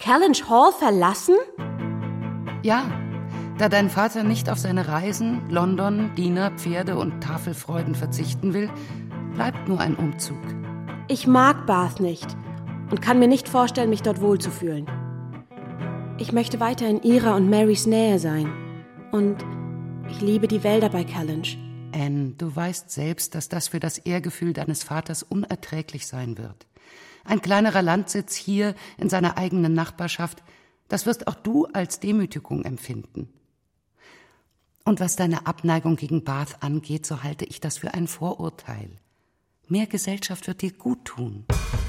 Kellynch Hall verlassen? Ja, da dein Vater nicht auf seine Reisen, London, Diener, Pferde und Tafelfreuden verzichten will, bleibt nur ein Umzug. Ich mag Bath nicht und kann mir nicht vorstellen, mich dort wohlzufühlen. Ich möchte weiter in ihrer und Marys Nähe sein. Und ich liebe die Wälder bei Kellynch. Anne, du weißt selbst, dass das für das Ehrgefühl deines Vaters unerträglich sein wird. Ein kleinerer Landsitz hier in seiner eigenen Nachbarschaft, das wirst auch du als Demütigung empfinden. Und was deine Abneigung gegen Bath angeht, so halte ich das für ein Vorurteil. Mehr Gesellschaft wird dir gut tun.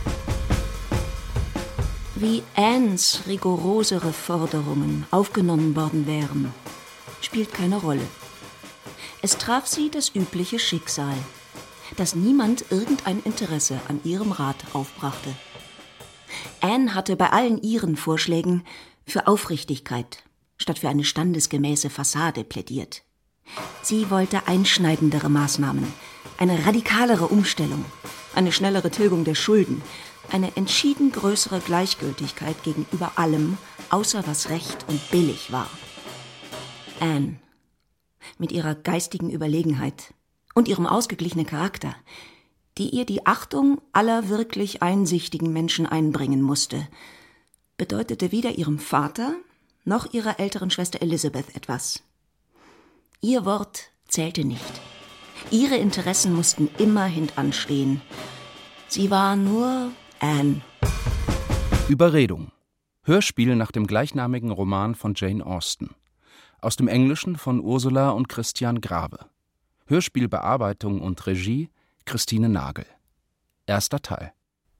Wie Annes rigorosere Forderungen aufgenommen worden wären, spielt keine Rolle. Es traf sie das übliche Schicksal, dass niemand irgendein Interesse an ihrem Rat aufbrachte. Anne hatte bei allen ihren Vorschlägen für Aufrichtigkeit statt für eine standesgemäße Fassade plädiert. Sie wollte einschneidendere Maßnahmen, eine radikalere Umstellung, eine schnellere Tilgung der Schulden, eine entschieden größere Gleichgültigkeit gegenüber allem, außer was recht und billig war. Anne, mit ihrer geistigen Überlegenheit und ihrem ausgeglichenen Charakter, die ihr die Achtung aller wirklich einsichtigen Menschen einbringen musste, bedeutete weder ihrem Vater noch ihrer älteren Schwester Elizabeth etwas. Ihr Wort zählte nicht. Ihre Interessen mussten immer hintanstehen. Sie war nur Anne. Überredung. Hörspiel nach dem gleichnamigen Roman von Jane Austen. Aus dem Englischen von Ursula und Christian Grabe. Hörspielbearbeitung und Regie Christine Nagel. Erster Teil.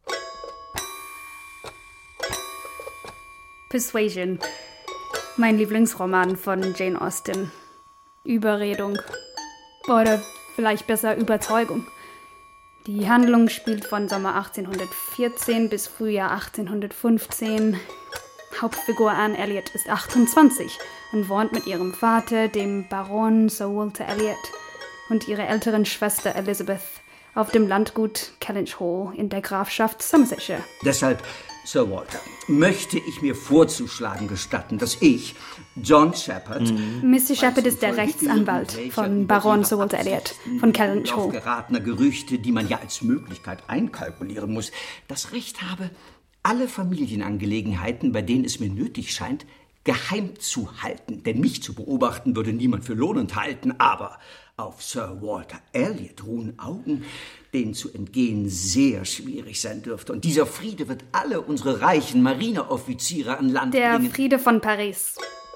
Persuasion. Mein Lieblingsroman von Jane Austen. Überredung. Oder vielleicht besser Überzeugung. Die Handlung spielt von Sommer 1814 bis Frühjahr 1815. Hauptfigur Anne Elliot ist 28 und wohnt mit ihrem Vater, dem Baron Sir Walter Elliot, und ihrer älteren Schwester Elizabeth auf dem Landgut Kellynch Hall in der Grafschaft Somersetshire. Deshalb, Sir Walter, möchte ich mir vorzuschlagen gestatten, dass ich, John Shepherd... Mr. Shepherd ist der Rechtsanwalt von Baron Sir Walter Elliot von Kellynch Hall. ...geratener Gerüchte, die man ja als Möglichkeit einkalkulieren muss, das Recht habe, alle Familienangelegenheiten, bei denen es mir nötig scheint, geheim zu halten. Denn mich zu beobachten würde niemand für lohnend halten, aber auf Sir Walter Elliot ruhen Augen, denen zu entgehen sehr schwierig sein dürfte. Und dieser Friede wird alle unsere reichen Marineoffiziere an Land bringen. Der Friede von Paris.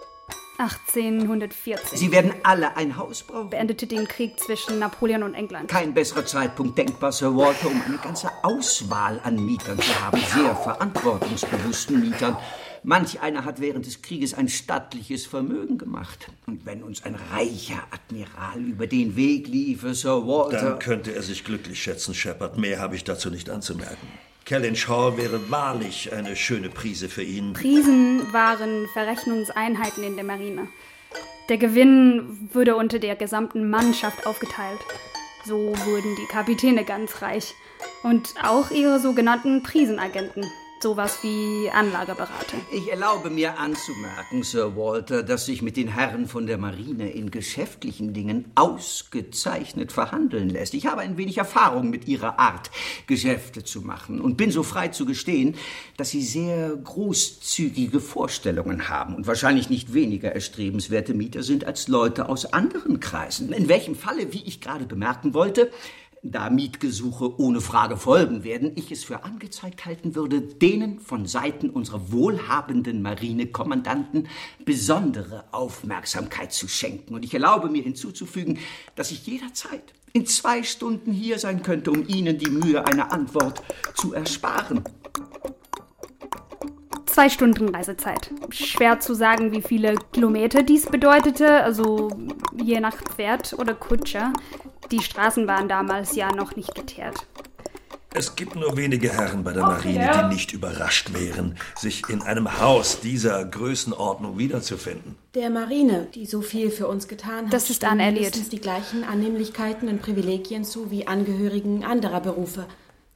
1814. Sie werden alle ein Haus brauchen. Beendete den Krieg zwischen Napoleon und England. Kein besserer Zeitpunkt denkbar, Sir Walter, um eine ganze Auswahl an Mietern zu haben. Sehr verantwortungsbewussten Mietern. Manch einer hat während des Krieges ein stattliches Vermögen gemacht. Und wenn uns ein reicher Admiral über den Weg liefe, Sir Walter... Dann könnte er sich glücklich schätzen, Shepherd. Mehr habe ich dazu nicht anzumerken. Kellynch Hall wäre wahrlich eine schöne Prise für ihn. Prisen waren Verrechnungseinheiten in der Marine. Der Gewinn würde unter der gesamten Mannschaft aufgeteilt. So wurden die Kapitäne ganz reich. Und auch ihre sogenannten Prisenagenten. Sowas wie Anlageberater. Ich erlaube mir anzumerken, Sir Walter, dass sich mit den Herren von der Marine in geschäftlichen Dingen ausgezeichnet verhandeln lässt. Ich habe ein wenig Erfahrung mit ihrer Art, Geschäfte zu machen und bin so frei zu gestehen, dass sie sehr großzügige Vorstellungen haben und wahrscheinlich nicht weniger erstrebenswerte Mieter sind als Leute aus anderen Kreisen. In welchem Falle, wie ich gerade bemerken wollte, da Mietgesuche ohne Frage folgen werden, ich es für angezeigt halten würde, denen von Seiten unserer wohlhabenden Marinekommandanten besondere Aufmerksamkeit zu schenken. Und ich erlaube mir hinzuzufügen, dass ich jederzeit in 2 Stunden hier sein könnte, um Ihnen die Mühe einer Antwort zu ersparen. 2 Stunden Reisezeit. Schwer zu sagen, wie viele Kilometer dies bedeutete, also je nach Pferd oder Kutscher. Die Straßen waren damals ja noch nicht geteert. Es gibt nur wenige Herren bei der Marine, die nicht überrascht wären, sich in einem Haus dieser Größenordnung wiederzufinden. Der Marine, die so viel für uns getan hat, das ist Anne Elliot. Die gleichen Annehmlichkeiten und Privilegien zu wie Angehörigen anderer Berufe.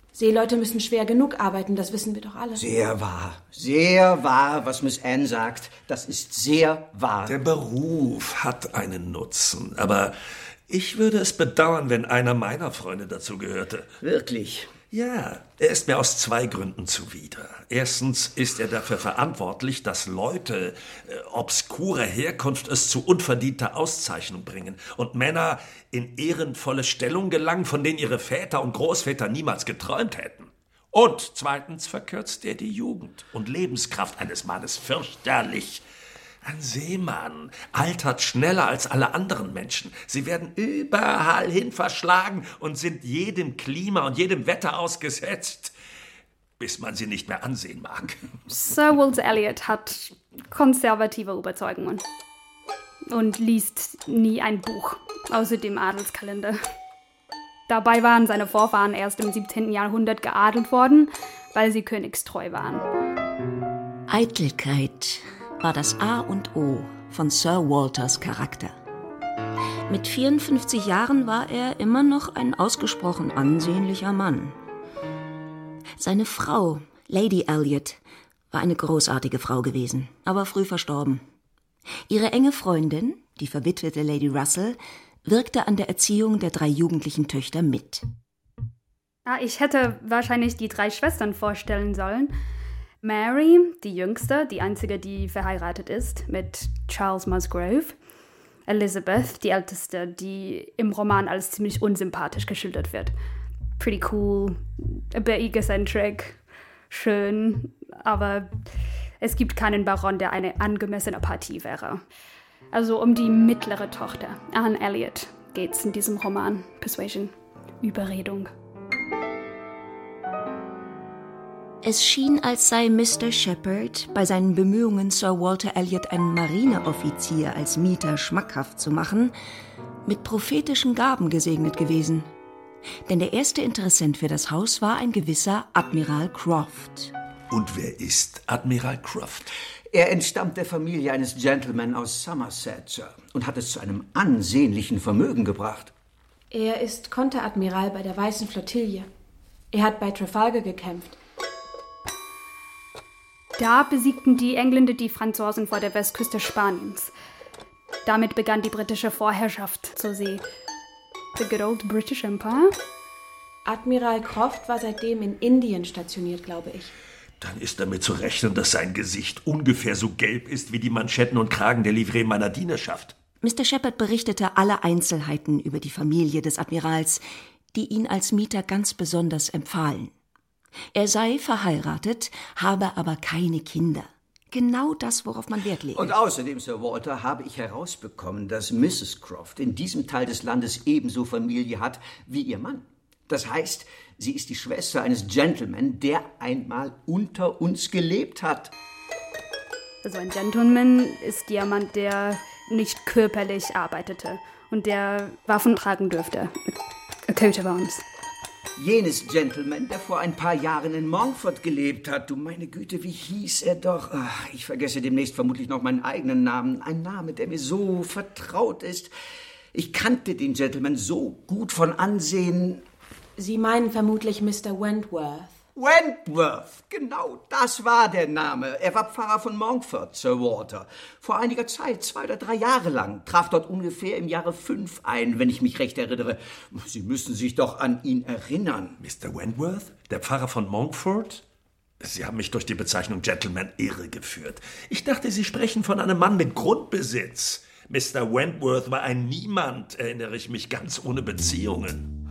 Seeleute müssen schwer genug arbeiten, das wissen wir doch alle. Sehr wahr, was Miss Anne sagt. Das ist sehr wahr. Der Beruf hat einen Nutzen, aber ich würde es bedauern, wenn einer meiner Freunde dazu gehörte. Wirklich? Ja, er ist mir aus 2 Gründen zuwider. Erstens ist er dafür verantwortlich, dass Leute obskurer Herkunft es zu unverdienter Auszeichnung bringen und Männer in ehrenvolle Stellung gelangen, von denen ihre Väter und Großväter niemals geträumt hätten. Und zweitens verkürzt er die Jugend und Lebenskraft eines Mannes fürchterlich. Ein Seemann altert schneller als alle anderen Menschen. Sie werden überall hin verschlagen und sind jedem Klima und jedem Wetter ausgesetzt, bis man sie nicht mehr ansehen mag. Sir Walter Elliot hat konservative Überzeugungen und liest nie ein Buch, außer dem Adelskalender. Dabei waren seine Vorfahren erst im 17. Jahrhundert geadelt worden, weil sie königstreu waren. Eitelkeit war das A und O von Sir Walters Charakter. Mit 54 Jahren war er immer noch ein ausgesprochen ansehnlicher Mann. Seine Frau, Lady Elliot, war eine großartige Frau gewesen, aber früh verstorben. Ihre enge Freundin, die verwitwete Lady Russell, wirkte an der Erziehung der 3 jugendlichen Töchter mit. Ich hätte wahrscheinlich die 3 Schwestern vorstellen sollen. Mary, die Jüngste, die einzige, die verheiratet ist, mit Charles Musgrave. Elizabeth, die Älteste, die im Roman als ziemlich unsympathisch geschildert wird. Pretty cool, a bit egocentric, schön, aber es gibt keinen Baron, der eine angemessene Partie wäre. Also um die mittlere Tochter, Anne Elliot, geht's in diesem Roman. Persuasion, Überredung. Es schien, als sei Mr. Shepherd bei seinen Bemühungen, Sir Walter Elliot einen Marineoffizier als Mieter schmackhaft zu machen, mit prophetischen Gaben gesegnet gewesen. Denn der erste Interessent für das Haus war ein gewisser Admiral Croft. Und wer ist Admiral Croft? Er entstammt der Familie eines Gentleman aus Somerset, Sir, und hat es zu einem ansehnlichen Vermögen gebracht. Er ist Konteradmiral bei der Weißen Flottille. Er hat bei Trafalgar gekämpft. Da besiegten die Engländer die Franzosen vor der Westküste Spaniens. Damit begann die britische Vorherrschaft zur See. The good old British Empire? Admiral Croft war seitdem in Indien stationiert, glaube ich. Dann ist damit zu rechnen, dass sein Gesicht ungefähr so gelb ist wie die Manschetten und Kragen der Livree meiner Dienerschaft. Mr. Shepherd berichtete alle Einzelheiten über die Familie des Admirals, die ihn als Mieter ganz besonders empfahlen. Er sei verheiratet, habe aber keine Kinder. Genau das, worauf man Wert legt. Und außerdem, Sir Walter, habe ich herausbekommen, dass Mrs. Croft in diesem Teil des Landes ebenso Familie hat wie ihr Mann. Das heißt, sie ist die Schwester eines Gentleman, der einmal unter uns gelebt hat. Also ein Gentleman ist jemand, der nicht körperlich arbeitete und der Waffen tragen dürfte. A coat of arms. Jenes Gentleman, der vor ein paar Jahren in Montfort gelebt hat. Du meine Güte, wie hieß er doch? Ach, ich vergesse demnächst vermutlich noch meinen eigenen Namen. Ein Name, der mir so vertraut ist. Ich kannte den Gentleman so gut von Ansehen. Sie meinen vermutlich Mr. Wentworth. Wentworth, genau, das war der Name. Er war Pfarrer von Montfort, Sir Walter. Vor einiger Zeit, 2 oder 3 Jahre lang, traf dort ungefähr im Jahre 5 ein, wenn ich mich recht erinnere. Sie müssen sich doch an ihn erinnern. Mr. Wentworth, der Pfarrer von Montfort? Sie haben mich durch die Bezeichnung Gentleman irregeführt. Ich dachte, Sie sprechen von einem Mann mit Grundbesitz. Mr. Wentworth war ein Niemand, erinnere ich mich, ganz ohne Beziehungen.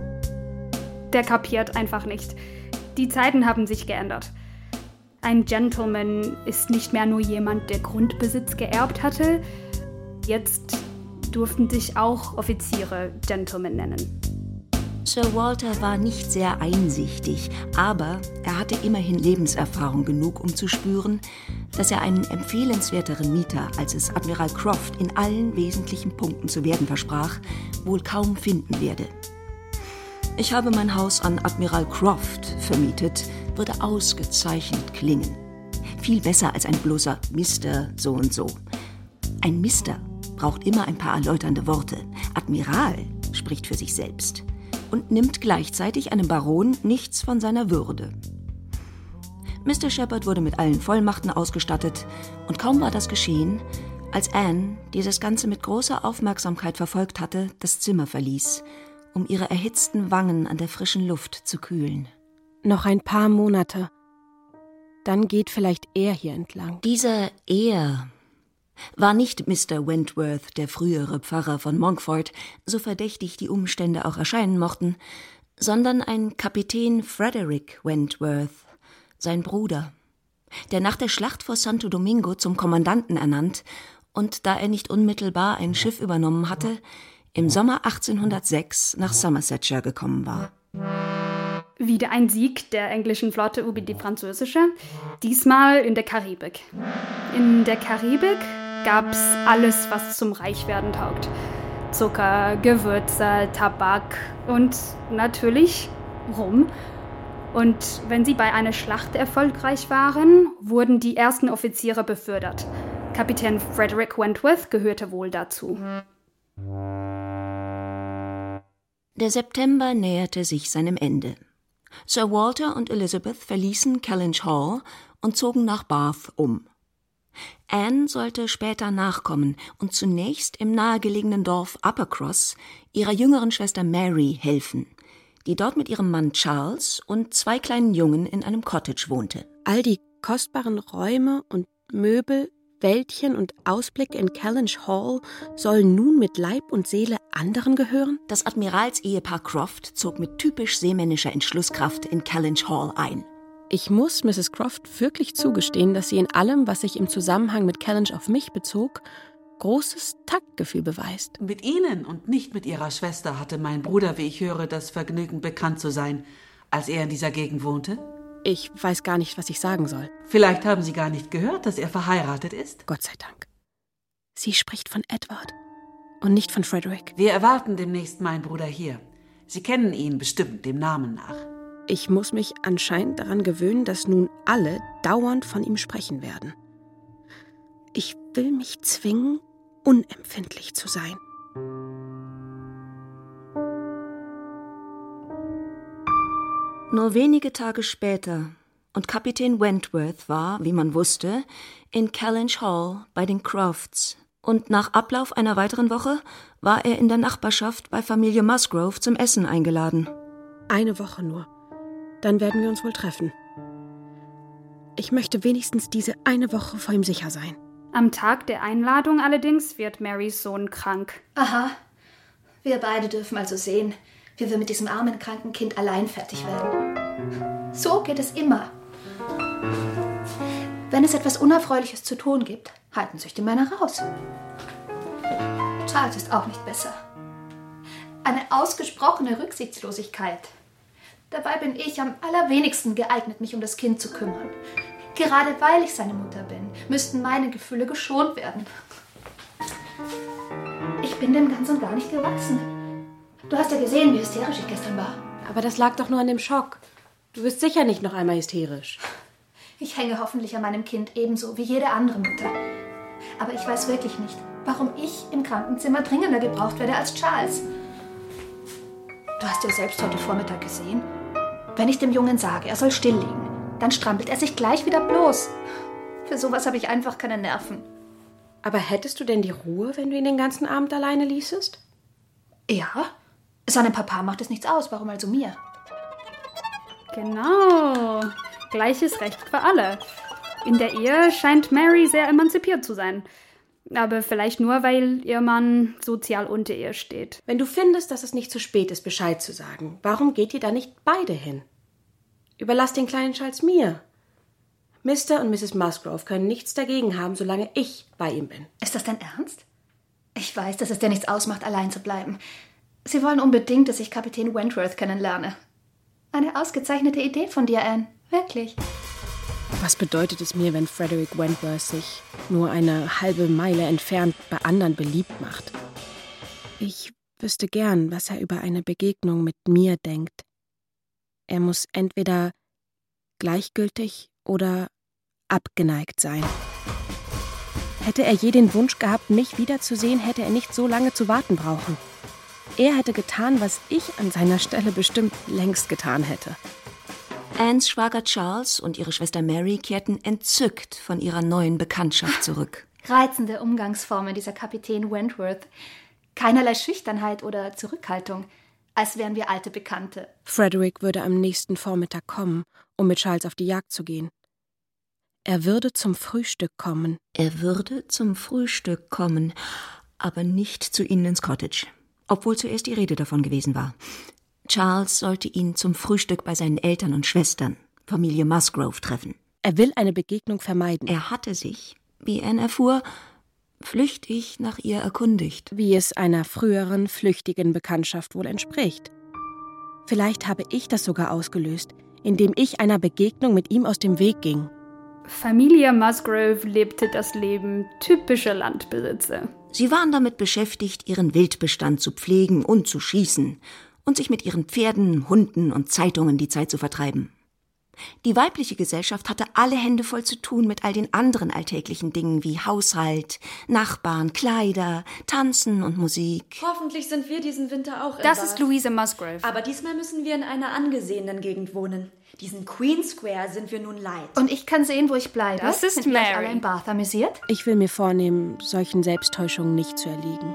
Der kapiert einfach nicht. Die Zeiten haben sich geändert. Ein Gentleman ist nicht mehr nur jemand, der Grundbesitz geerbt hatte. Jetzt durften sich auch Offiziere Gentlemen nennen. Sir Walter war nicht sehr einsichtig, aber er hatte immerhin Lebenserfahrung genug, um zu spüren, dass er einen empfehlenswerteren Mieter, als es Admiral Croft in allen wesentlichen Punkten zu werden versprach, wohl kaum finden werde. Ich habe mein Haus an Admiral Croft vermietet, würde ausgezeichnet klingen. Viel besser als ein bloßer Mister so und so. Ein Mister braucht immer ein paar erläuternde Worte. Admiral spricht für sich selbst. und nimmt gleichzeitig einem Baron nichts von seiner Würde. Mr. Shepherd wurde mit allen Vollmachten ausgestattet und kaum war das geschehen, als Anne, die das Ganze mit großer Aufmerksamkeit verfolgt hatte, das Zimmer verließ, um ihre erhitzten Wangen an der frischen Luft zu kühlen. Noch ein paar Monate. Dann geht vielleicht er hier entlang. Dieser Er war nicht Mr. Wentworth, der frühere Pfarrer von Monkford, so verdächtig die Umstände auch erscheinen mochten, sondern ein Kapitän Frederick Wentworth, sein Bruder, der nach der Schlacht vor Santo Domingo zum Kommandanten ernannt und, da er nicht unmittelbar ein Schiff übernommen hatte, im Sommer 1806 nach Somersetshire gekommen war. Wieder ein Sieg der englischen Flotte über die französische, diesmal in der Karibik. In der Karibik gab's alles, was zum Reichwerden taugt. Zucker, Gewürze, Tabak und natürlich Rum. Und wenn sie bei einer Schlacht erfolgreich waren, wurden die ersten Offiziere befördert. Kapitän Frederick Wentworth gehörte wohl dazu. Der September näherte sich seinem Ende. Sir Walter und Elizabeth verließen Kellynch Hall und zogen nach Bath um. Anne sollte später nachkommen und zunächst im nahegelegenen Dorf Uppercross ihrer jüngeren Schwester Mary helfen, die dort mit ihrem Mann Charles und 2 kleinen Jungen in einem Cottage wohnte. All die kostbaren Räume und Möbel, Wäldchen und Ausblicke in Kellynch Hall sollen nun mit Leib und Seele anderen gehören? Das Admiralsehepaar Croft zog mit typisch seemännischer Entschlusskraft in Kellynch Hall ein. Ich muss Mrs. Croft wirklich zugestehen, dass sie in allem, was sich im Zusammenhang mit Kellynch auf mich bezog, großes Taktgefühl beweist. Mit Ihnen und nicht mit Ihrer Schwester hatte mein Bruder, wie ich höre, das Vergnügen, bekannt zu sein, als er in dieser Gegend wohnte. Ich weiß gar nicht, was ich sagen soll. Vielleicht haben Sie gar nicht gehört, dass er verheiratet ist? Gott sei Dank. Sie spricht von Edward und nicht von Frederick. Wir erwarten demnächst meinen Bruder hier. Sie kennen ihn bestimmt dem Namen nach. Ich muss mich anscheinend daran gewöhnen, dass nun alle dauernd von ihm sprechen werden. Ich will mich zwingen, unempfindlich zu sein. Nur wenige Tage später, und Kapitän Wentworth war, wie man wusste, in Kellynch Hall bei den Crofts. Und nach Ablauf einer weiteren Woche war er in der Nachbarschaft bei Familie Musgrove zum Essen eingeladen. Eine Woche nur. Dann werden wir uns wohl treffen. Ich möchte wenigstens diese eine Woche vor ihm sicher sein. Am Tag der Einladung allerdings wird Marys Sohn krank. Aha, wir beide dürfen also sehen, wie wir mit diesem armen, kranken Kind allein fertig werden. So geht es immer. Wenn es etwas Unerfreuliches zu tun gibt, halten sich die Männer raus. Charles ist auch nicht besser. Eine ausgesprochene Rücksichtslosigkeit. Dabei bin ich am allerwenigsten geeignet, mich um das Kind zu kümmern. Gerade weil ich seine Mutter bin, müssten meine Gefühle geschont werden. Ich bin dem ganz und gar nicht gewachsen. Du hast ja gesehen, wie hysterisch ich gestern war. Aber das lag doch nur an dem Schock. Du wirst sicher nicht noch einmal hysterisch. Ich hänge hoffentlich an meinem Kind ebenso wie jede andere Mutter. Aber ich weiß wirklich nicht, warum ich im Krankenzimmer dringender gebraucht werde als Charles. Du hast ja selbst heute Vormittag gesehen. Wenn ich dem Jungen sage, er soll still liegen, dann strampelt er sich gleich wieder bloß. Für sowas habe ich einfach keine Nerven. Aber hättest du denn die Ruhe, wenn du ihn den ganzen Abend alleine ließest? Ja, seinem Papa macht es nichts aus, warum also mir? Genau, gleiches Recht für alle. In der Ehe scheint Mary sehr emanzipiert zu sein. Aber vielleicht nur, weil ihr Mann sozial unter ihr steht. Wenn du findest, dass es nicht zu spät ist, Bescheid zu sagen, warum geht ihr da nicht beide hin? Überlass den kleinen Charles mir. Mr. und Mrs. Musgrove können nichts dagegen haben, solange ich bei ihm bin. Ist das dein Ernst? Ich weiß, dass es dir nichts ausmacht, allein zu bleiben. Sie wollen unbedingt, dass ich Kapitän Wentworth kennenlerne. Eine ausgezeichnete Idee von dir, Anne. Wirklich. Was bedeutet es mir, wenn Frederick Wentworth sich nur eine halbe Meile entfernt bei anderen beliebt macht? Ich wüsste gern, was er über eine Begegnung mit mir denkt. Er muss entweder gleichgültig oder abgeneigt sein. Hätte er je den Wunsch gehabt, mich wiederzusehen, hätte er nicht so lange zu warten brauchen. Er hätte getan, was ich an seiner Stelle bestimmt längst getan hätte. Annes Schwager Charles und ihre Schwester Mary kehrten entzückt von ihrer neuen Bekanntschaft zurück. Reizende Umgangsformen dieser Kapitän Wentworth. Keinerlei Schüchternheit oder Zurückhaltung, als wären wir alte Bekannte. Frederick würde am nächsten Vormittag kommen, um mit Charles auf die Jagd zu gehen. Er würde zum Frühstück kommen. Er würde zum Frühstück kommen, aber nicht zu ihnen ins Cottage, obwohl zuerst die Rede davon gewesen war. Charles sollte ihn zum Frühstück bei seinen Eltern und Schwestern, Familie Musgrove, treffen. Er will eine Begegnung vermeiden. Er hatte sich, wie Anne erfuhr, flüchtig nach ihr erkundigt. Wie es einer früheren, flüchtigen Bekanntschaft wohl entspricht. Vielleicht habe ich das sogar ausgelöst, indem ich einer Begegnung mit ihm aus dem Weg ging. Familie Musgrove lebte das Leben typischer Landbesitzer. Sie waren damit beschäftigt, ihren Wildbestand zu pflegen und zu schießen und sich mit ihren Pferden, Hunden und Zeitungen die Zeit zu vertreiben. Die weibliche Gesellschaft hatte alle Hände voll zu tun mit all den anderen alltäglichen Dingen wie Haushalt, Nachbarn, Kleider, Tanzen und Musik. Hoffentlich sind wir diesen Winter auch in Das Bath. ist Louisa Musgrove. Aber diesmal müssen wir in einer angesehenen Gegend wohnen. Diesen Queen Square sind wir nun leid. Und ich kann sehen, wo ich bleibe. Das ist Sind wir euch Mary. alle in Bath amüsiert? Ich will mir vornehmen, solchen Selbsttäuschungen nicht zu erliegen.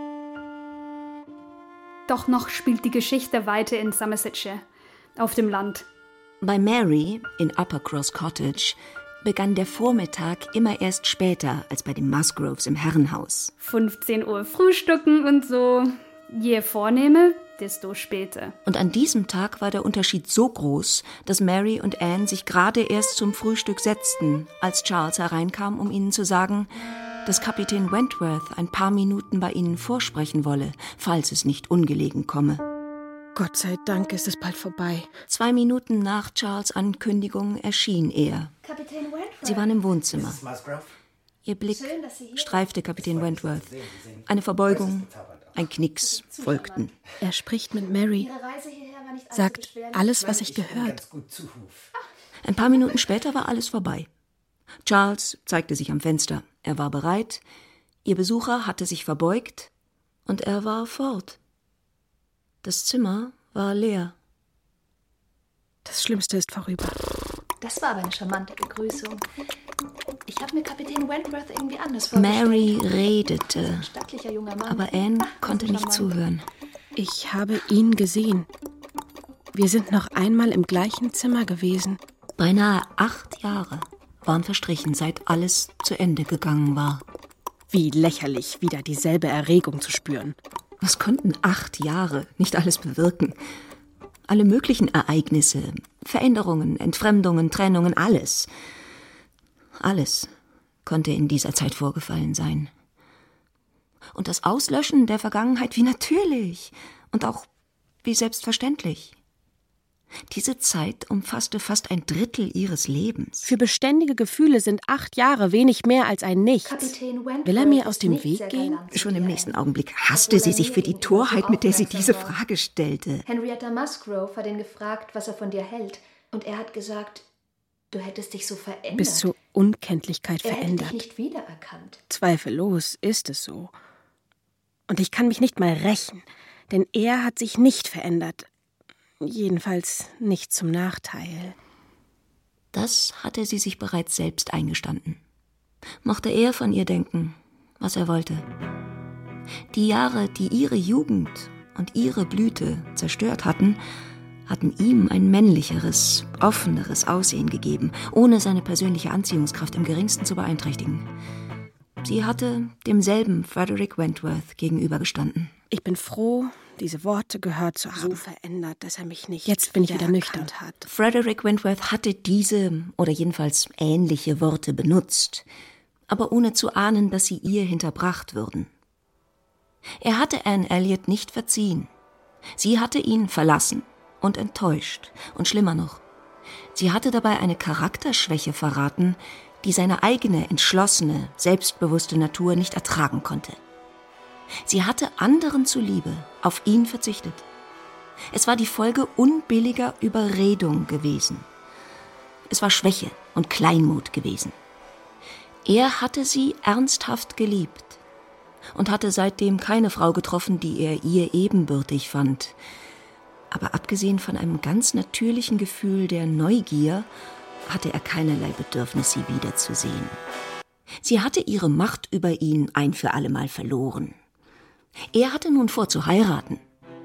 Doch noch spielt die Geschichte weiter in Somersetshire, auf dem Land. Bei Mary in Uppercross Cottage begann der Vormittag immer erst später als bei den Musgroves im Herrenhaus. 15 Uhr frühstücken und so. Je vornehmer, desto später. Und an diesem Tag war der Unterschied so groß, dass Mary und Anne sich gerade erst zum Frühstück setzten, als Charles hereinkam, um ihnen zu sagen, dass Kapitän Wentworth ein paar Minuten bei ihnen vorsprechen wolle, falls es nicht ungelegen komme. Gott sei Dank ist es bald vorbei. 2 Minuten nach Charles' Ankündigung erschien er. Kapitän Wentworth. Sie waren im Wohnzimmer. Musgrove? Ihr Blick Schön, dass Sie hier streifte Kapitän Wentworth. Eine Verbeugung, ein Knicks folgten. Er spricht mit Mary, Ihre Reise hierher war nicht allzu sagt beschwerlich. alles, was ich gehört. Ganz gut zu Huf. Ein paar Minuten später war alles vorbei. Charles zeigte sich am Fenster. Er war bereit, ihr Besucher hatte sich verbeugt und er war fort. Das Zimmer war leer. Das Schlimmste ist vorüber. Das war aber eine charmante Begrüßung. Ich habe mir Kapitän Wentworth irgendwie anders vorgestellt. Mary redete, Ein stattlicher junger Mann. aber Anne Ach, konnte so nicht charmant. zuhören. Ich habe ihn gesehen. Wir sind noch einmal im gleichen Zimmer gewesen. Beinahe 8 Jahre waren verstrichen, seit alles zu Ende gegangen war. Wie lächerlich, wieder dieselbe Erregung zu spüren. Was konnten 8 Jahre nicht alles bewirken? Alle möglichen Ereignisse, Veränderungen, Entfremdungen, Trennungen, alles. Alles konnte in dieser Zeit vorgefallen sein. Und das Auslöschen der Vergangenheit wie natürlich und auch wie selbstverständlich. Diese Zeit umfasste fast ein Drittel ihres Lebens. Für beständige Gefühle sind 8 Jahre wenig mehr als ein Nichts. Kapitän Wentworth Will er mir aus ist dem nicht Weg sehr gehen? galant, Schon im wie nächsten er- Augenblick hasste sie sich für die Torheit, mit der sie diese Frage stellte. Henrietta Musgrove hat ihn gefragt, was er von dir hält. Und er hat gesagt, du hättest dich so verändert. Bis zur Unkenntlichkeit er hätte dich verändert. nicht wiedererkannt. Zweifellos ist es so. Und ich kann mich nicht mal rächen, denn er hat sich nicht verändert. Jedenfalls nicht zum Nachteil. Das hatte sie sich bereits selbst eingestanden. Mochte er von ihr denken, was er wollte. Die Jahre, die ihre Jugend und ihre Blüte zerstört hatten ihm ein männlicheres, offeneres Aussehen gegeben, ohne seine persönliche Anziehungskraft im geringsten zu beeinträchtigen. Sie hatte demselben Frederick Wentworth gegenübergestanden. Ich bin froh, diese Worte gehört zu haben. So verändert, dass er mich nicht. Jetzt bin ich wieder nüchtern. Frederick Wentworth hatte diese oder jedenfalls ähnliche Worte benutzt, aber ohne zu ahnen, dass sie ihr hinterbracht würden. Er hatte Anne Elliot nicht verziehen. Sie hatte ihn verlassen und enttäuscht. Und schlimmer noch, sie hatte dabei eine Charakterschwäche verraten, die seine eigene, entschlossene, selbstbewusste Natur nicht ertragen konnte. Sie hatte anderen zuliebe auf ihn verzichtet. Es war die Folge unbilliger Überredung gewesen. Es war Schwäche und Kleinmut gewesen. Er hatte sie ernsthaft geliebt. und hatte seitdem keine Frau getroffen, die er ihr ebenbürtig fand. Aber abgesehen von einem ganz natürlichen Gefühl der Neugier hatte er keinerlei Bedürfnis, sie wiederzusehen. Sie hatte ihre Macht über ihn ein für allemal verloren. Er hatte nun vor zu heiraten.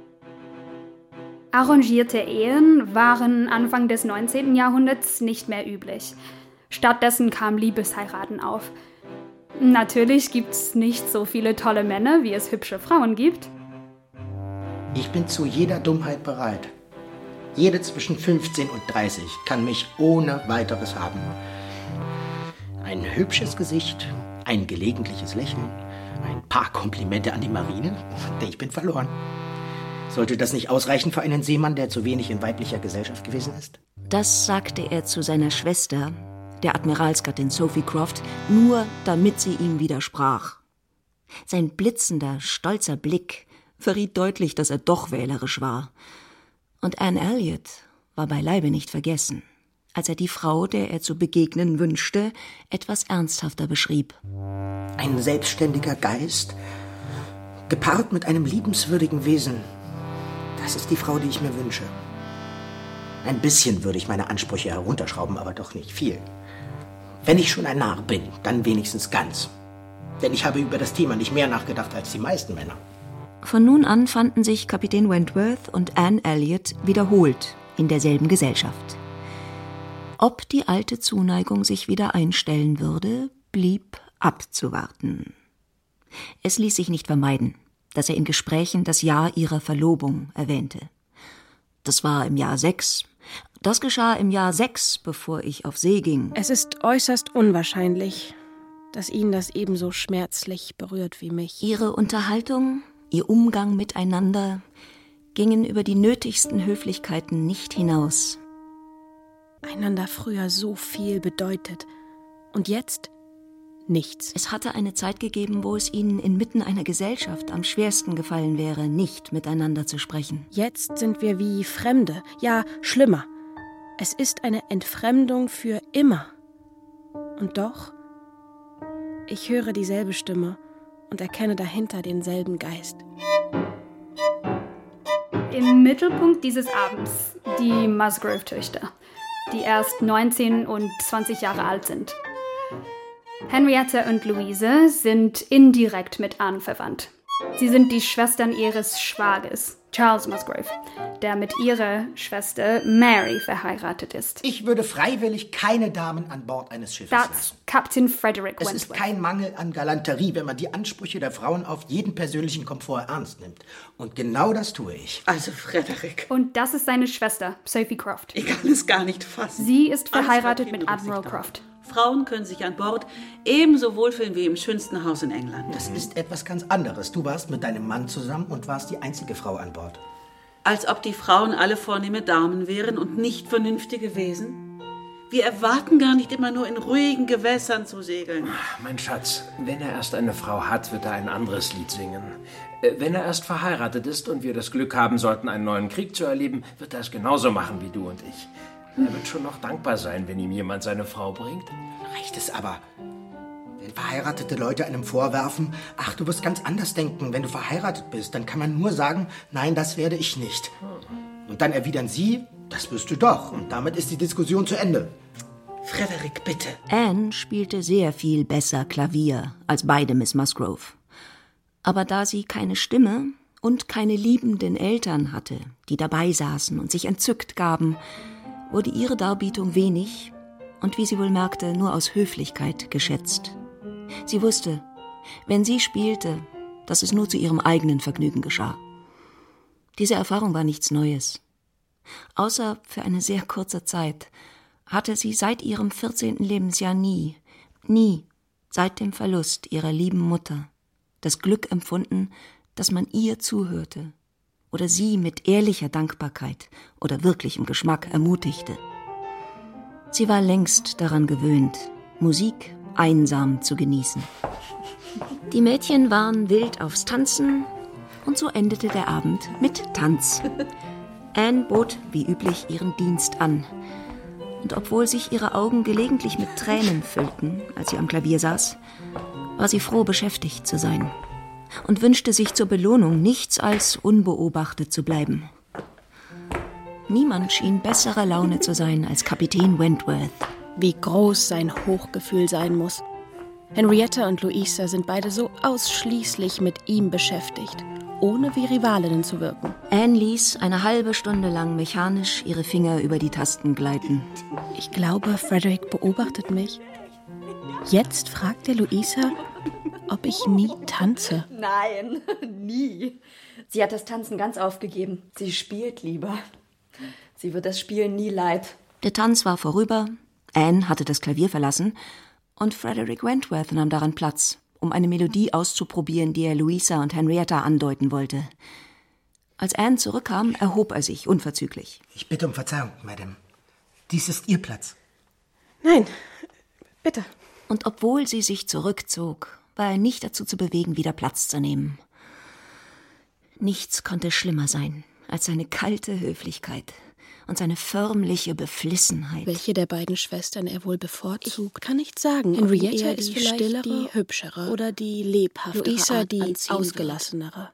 Arrangierte Ehen waren Anfang des 19. Jahrhunderts nicht mehr üblich. Stattdessen kamen Liebesheiraten auf. Natürlich gibt's nicht so viele tolle Männer, wie es hübsche Frauen gibt. Ich bin zu jeder Dummheit bereit. Jede zwischen 15 und 30 kann mich ohne weiteres haben. Ein hübsches Gesicht, ein gelegentliches Lächeln, ein paar Komplimente an die Marine, denn ich bin verloren. Sollte das nicht ausreichen für einen Seemann, der zu wenig in weiblicher Gesellschaft gewesen ist? Das sagte er zu seiner Schwester, der Admiralsgattin Sophie Croft, nur damit sie ihm widersprach. Sein blitzender, stolzer Blick verriet deutlich, dass er doch wählerisch war. Und Anne Elliot war beileibe nicht vergessen, als er die Frau, der er zu begegnen wünschte, etwas ernsthafter beschrieb. Ein selbstständiger Geist, gepaart mit einem liebenswürdigen Wesen. Das ist die Frau, die ich mir wünsche. Ein bisschen würde ich meine Ansprüche herunterschrauben, aber doch nicht viel. Wenn ich schon ein Narr bin, dann wenigstens ganz. Denn ich habe über das Thema nicht mehr nachgedacht als die meisten Männer. Von nun an fanden sich Kapitän Wentworth und Anne Elliot wiederholt in derselben Gesellschaft. Ob die alte Zuneigung sich wieder einstellen würde, blieb abzuwarten. Es ließ sich nicht vermeiden, dass er in Gesprächen das Jahr ihrer Verlobung erwähnte. Das war im Jahr 6. Das geschah im Jahr 6, bevor ich auf See ging. Es ist äußerst unwahrscheinlich, dass ihn das ebenso schmerzlich berührt wie mich. Ihre Unterhaltung, ihr Umgang miteinander gingen über die nötigsten Höflichkeiten nicht hinaus. Einander früher so viel bedeutet und jetzt nichts. Es hatte eine Zeit gegeben, wo es ihnen inmitten einer Gesellschaft am schwersten gefallen wäre, nicht miteinander zu sprechen. Jetzt sind wir wie Fremde, ja, schlimmer. Es ist eine Entfremdung für immer. Und doch, ich höre dieselbe Stimme und erkenne dahinter denselben Geist. Im Mittelpunkt dieses Abends die Musgrove-Töchter, die erst 19 und 20 Jahre alt sind. Henrietta und Louise sind indirekt mit Anne verwandt. Sie sind die Schwestern ihres Schwagers, Charles Musgrove, der mit ihrer Schwester Mary verheiratet ist. Ich würde freiwillig keine Damen an Bord eines Schiffes That's lassen. Captain Frederick Wentworth. Es ist kein Mangel an Galanterie, wenn man die Ansprüche der Frauen auf jeden persönlichen Komfort ernst nimmt. Und genau das tue ich. Also, Frederick. Und das ist seine Schwester, Sophie Croft. Ich kann es gar nicht fassen. Sie ist verheiratet mit Admiral Croft. Frauen können sich an Bord ebenso wohlfühlen wie im schönsten Haus in England. Das ist etwas ganz anderes. Du warst mit deinem Mann zusammen und warst die einzige Frau an Bord. Als ob die Frauen alle vornehme Damen wären und nicht vernünftige Wesen. Wir erwarten gar nicht immer nur in ruhigen Gewässern zu segeln. Mein Schatz, wenn er erst eine Frau hat, wird er ein anderes Lied singen. Wenn er erst verheiratet ist und wir das Glück haben sollten, einen neuen Krieg zu erleben, wird er es genauso machen wie du und ich. Er wird schon noch dankbar sein, wenn ihm jemand seine Frau bringt. Reicht es aber. Wenn verheiratete Leute einem vorwerfen, ach, du wirst ganz anders denken, wenn du verheiratet bist, dann kann man nur sagen, nein, das werde ich nicht. Und dann erwidern sie, das wirst du doch. Und damit ist die Diskussion zu Ende. Frederick, bitte. Anne spielte sehr viel besser Klavier als beide Miss Musgrove. Aber da sie keine Stimme und keine liebenden Eltern hatte, die dabei saßen und sich entzückt gaben, wurde ihre Darbietung wenig und, wie sie wohl merkte, nur aus Höflichkeit geschätzt. Sie wusste, wenn sie spielte, dass es nur zu ihrem eigenen Vergnügen geschah. Diese Erfahrung war nichts Neues. Außer für eine sehr kurze Zeit hatte sie seit ihrem 14. Lebensjahr nie, seit dem Verlust ihrer lieben Mutter, das Glück empfunden, dass man ihr zuhörte oder sie mit ehrlicher Dankbarkeit oder wirklichem Geschmack ermutigte. Sie war längst daran gewöhnt, Musik einsam zu genießen. Die Mädchen waren wild aufs Tanzen und so endete der Abend mit Tanz. Anne bot wie üblich ihren Dienst an. Und obwohl sich ihre Augen gelegentlich mit Tränen füllten, als sie am Klavier saß, war sie froh, beschäftigt zu sein. und wünschte sich zur Belohnung nichts als unbeobachtet zu bleiben. Niemand schien besserer Laune zu sein als Kapitän Wentworth. Wie groß sein Hochgefühl sein muss. Henrietta und Louisa sind beide so ausschließlich mit ihm beschäftigt, ohne wie Rivalinnen zu wirken. Anne ließ eine halbe Stunde lang mechanisch ihre Finger über die Tasten gleiten. Ich glaube, Frederick beobachtet mich. Jetzt fragt er Louisa, ob ich nie tanze. Nein, nie. Sie hat das Tanzen ganz aufgegeben. Sie spielt lieber. Sie wird das Spielen nie leid. Der Tanz war vorüber, Anne hatte das Klavier verlassen und Frederick Wentworth nahm daran Platz, um eine Melodie auszuprobieren, die er Louisa und Henrietta andeuten wollte. Als Anne zurückkam, erhob er sich unverzüglich. Ich bitte um Verzeihung, Madame. Dies ist Ihr Platz. Nein, bitte. Und obwohl sie sich zurückzog, war er nicht dazu zu bewegen, wieder Platz zu nehmen. Nichts konnte schlimmer sein als seine kalte Höflichkeit und seine förmliche Beflissenheit. Welche der beiden Schwestern er wohl bevorzugt, kann nicht sagen. Henrietta ist vielleicht stillere, die hübschere oder die lebhaftere, Louisa die ausgelassenere.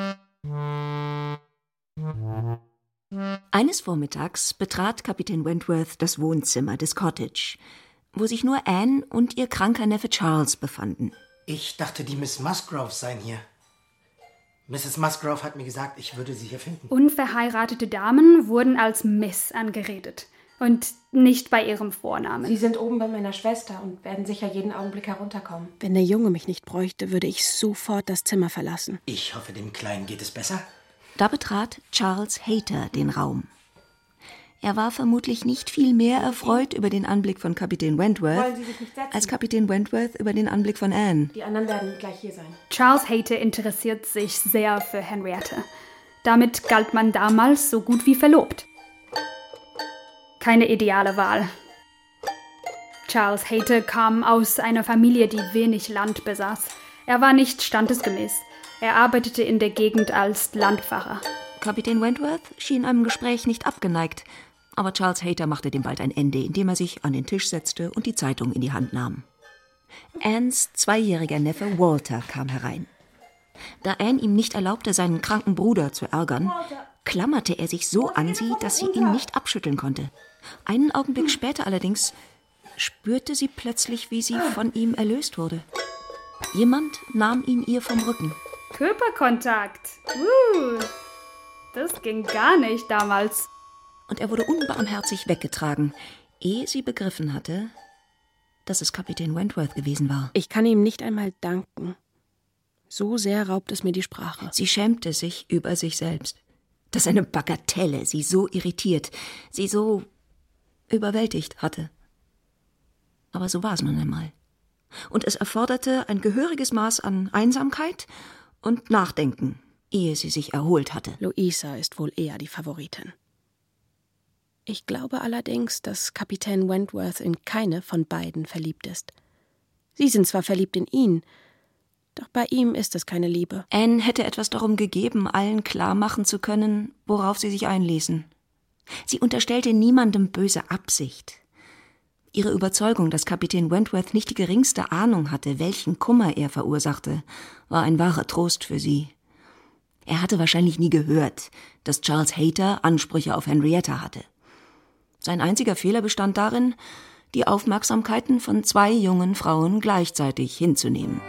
Eines Vormittags betrat Kapitän Wentworth das Wohnzimmer des Cottage, wo sich nur Anne und ihr kranker Neffe Charles befanden. Ich dachte, die Miss Musgrove seien hier. Mrs. Musgrove hat mir gesagt, ich würde sie hier finden. Unverheiratete Damen wurden als Miss angeredet und nicht bei ihrem Vornamen. Sie sind oben bei meiner Schwester und werden sicher jeden Augenblick herunterkommen. Wenn der Junge mich nicht bräuchte, würde ich sofort das Zimmer verlassen. Ich hoffe, dem Kleinen geht es besser. Da betrat Charles Hayter den Raum. Er war vermutlich nicht viel mehr erfreut über den Anblick von Kapitän Wentworth, als Kapitän Wentworth über den Anblick von Anne. Die anderen werden gleich hier sein. Charles Hayter interessiert sich sehr für Henrietta. Damit galt man damals so gut wie verlobt. Keine ideale Wahl. Charles Hayter kam aus einer Familie, die wenig Land besaß. Er war nicht standesgemäß. Er arbeitete in der Gegend als Landpfarrer. Kapitän Wentworth schien einem Gespräch nicht abgeneigt, aber Charles Hayter machte dem bald ein Ende, indem er sich an den Tisch setzte und die Zeitung in die Hand nahm. Annes 2-jähriger Neffe Walter kam herein. Da Anne ihm nicht erlaubte, seinen kranken Bruder zu ärgern, klammerte er sich so an sie, dass sie ihn nicht abschütteln konnte. Einen Augenblick später allerdings spürte sie plötzlich, wie sie von ihm erlöst wurde. Jemand nahm ihn ihr vom Rücken. Körperkontakt! Das ging gar nicht damals. Und er wurde unbarmherzig weggetragen, ehe sie begriffen hatte, dass es Kapitän Wentworth gewesen war. Ich kann ihm nicht einmal danken. So sehr raubt es mir die Sprache. Sie schämte sich über sich selbst, dass eine Bagatelle sie so irritiert, sie so überwältigt hatte. Aber so war es nun einmal. Und es erforderte ein gehöriges Maß an Einsamkeit und Nachdenken, ehe sie sich erholt hatte. Louisa ist wohl eher die Favoritin. Ich glaube allerdings, dass Kapitän Wentworth in keine von beiden verliebt ist. Sie sind zwar verliebt in ihn, doch bei ihm ist es keine Liebe. Anne hätte etwas darum gegeben, allen klar machen zu können, worauf sie sich einließen. Sie unterstellte niemandem böse Absicht. Ihre Überzeugung, dass Kapitän Wentworth nicht die geringste Ahnung hatte, welchen Kummer er verursachte, war ein wahrer Trost für sie. Er hatte wahrscheinlich nie gehört, dass Charles Hayter Ansprüche auf Henrietta hatte. Sein einziger Fehler bestand darin, die Aufmerksamkeiten von 2 jungen Frauen gleichzeitig hinzunehmen.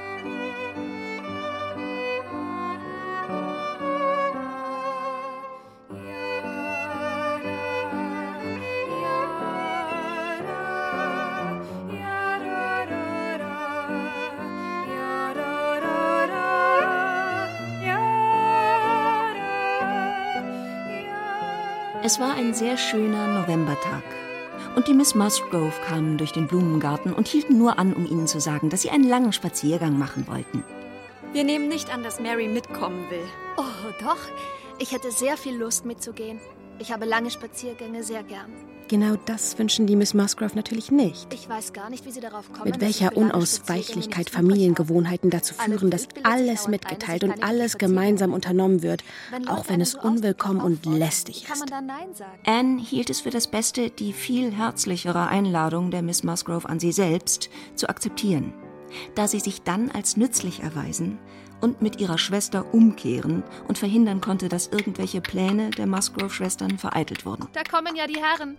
Es war ein sehr schöner Novembertag. Und die Miss Musgrove kamen durch den Blumengarten und hielten nur an, um ihnen zu sagen, dass sie einen langen Spaziergang machen wollten. Wir nehmen nicht an, dass Mary mitkommen will. Oh, doch. Ich hätte sehr viel Lust mitzugehen. Ich habe lange Spaziergänge sehr gern. Genau das wünschen die Miss Musgrove natürlich nicht. Ich weiß gar nicht, wie sie darauf kommen. Mit welcher Unausweichlichkeit Familiengewohnheiten dazu führen, dass alles mitgeteilt und alles gemeinsam unternommen wird, auch wenn es unwillkommen und lästig ist. Anne hielt es für das Beste, die viel herzlichere Einladung der Miss Musgrove an sie selbst zu akzeptieren. Da sie sich dann als nützlich erweisen und mit ihrer Schwester umkehren und verhindern konnte, dass irgendwelche Pläne der Musgrove-Schwestern vereitelt wurden. Da kommen ja die Herren.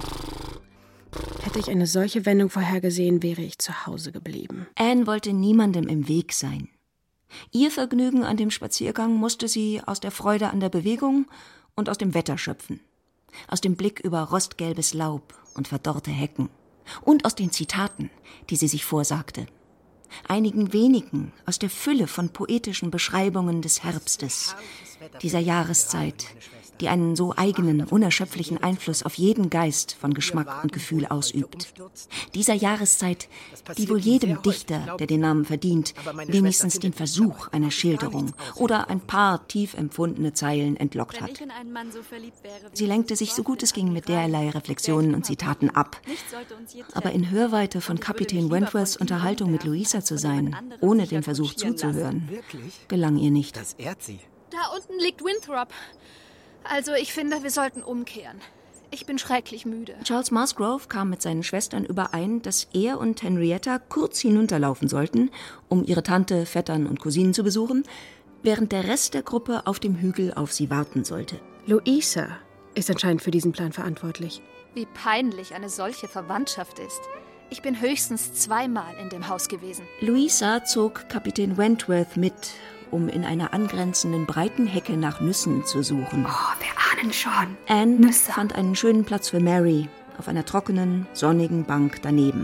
Hätte ich eine solche Wendung vorhergesehen, wäre ich zu Hause geblieben. Anne wollte niemandem im Weg sein. Ihr Vergnügen an dem Spaziergang musste sie aus der Freude an der Bewegung und aus dem Wetter schöpfen. Aus dem Blick über rostgelbes Laub und verdorrte Hecken. Und aus den Zitaten, die sie sich vorsagte. Einigen wenigen aus der Fülle von poetischen Beschreibungen des Herbstes, dieser Jahreszeit, die einen so eigenen, unerschöpflichen Einfluss auf jeden Geist von Geschmack und Gefühl ausübt. Dieser Jahreszeit, die wohl jedem Dichter, der den Namen verdient, wenigstens den Versuch einer Schilderung oder ein paar tief empfundene Zeilen entlockt hat. Sie lenkte sich so gut es ging mit derlei Reflexionen und Zitaten ab. Aber in Hörweite von Kapitän Wentworths Unterhaltung mit Louisa zu sein, ohne dem Versuch zuzuhören, gelang ihr nicht. Da unten liegt Winthrop. Also ich finde, wir sollten umkehren. Ich bin schrecklich müde. Charles Musgrove kam mit seinen Schwestern überein, dass er und Henrietta kurz hinunterlaufen sollten, um ihre Tante, Vettern und Cousinen zu besuchen, während der Rest der Gruppe auf dem Hügel auf sie warten sollte. Louisa ist anscheinend für diesen Plan verantwortlich. Wie peinlich eine solche Verwandtschaft ist. Ich bin höchstens 2-mal in dem Haus gewesen. Louisa zog Kapitän Wentworth mit, um in einer angrenzenden breiten Hecke nach Nüssen zu suchen. Oh, wir ahnen schon. Anne Nüsse. fand einen schönen Platz für Mary auf einer trockenen, sonnigen Bank daneben.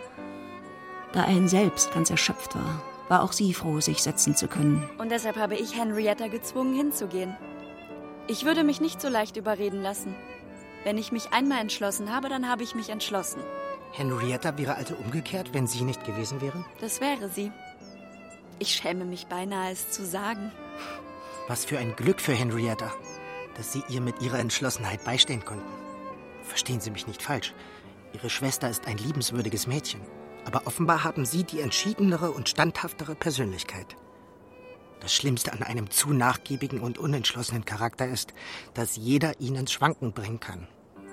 Da Anne selbst ganz erschöpft war, war auch sie froh, sich setzen zu können. Und deshalb habe ich Henrietta gezwungen, hinzugehen. Ich würde mich nicht so leicht überreden lassen. Wenn ich mich einmal entschlossen habe, dann habe ich mich entschlossen. Henrietta wäre also umgekehrt, wenn sie nicht gewesen wäre? Das wäre sie. Ich schäme mich beinahe, es zu sagen. Was für ein Glück für Henrietta, dass Sie ihr mit ihrer Entschlossenheit beistehen konnten. Verstehen Sie mich nicht falsch. Ihre Schwester ist ein liebenswürdiges Mädchen. Aber offenbar haben Sie die entschiedenere und standhaftere Persönlichkeit. Das Schlimmste an einem zu nachgiebigen und unentschlossenen Charakter ist, dass jeder ihn ins Schwanken bringen kann.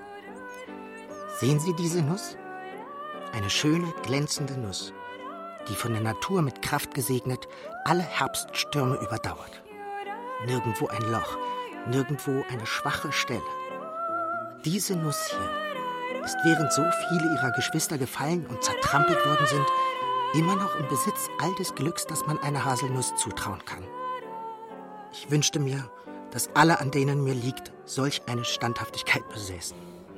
Sehen Sie diese Nuss? Eine schöne, glänzende Nuss, die von der Natur mit Kraft gesegnet alle Herbststürme überdauert. Nirgendwo ein Loch, nirgendwo eine schwache Stelle. Diese Nuss hier ist, während so viele ihrer Geschwister gefallen und zertrampelt worden sind, immer noch im Besitz all des Glücks, das man einer Haselnuss zutrauen kann. Ich wünschte mir, dass alle, an denen mir liegt, solch eine Standhaftigkeit besäßen.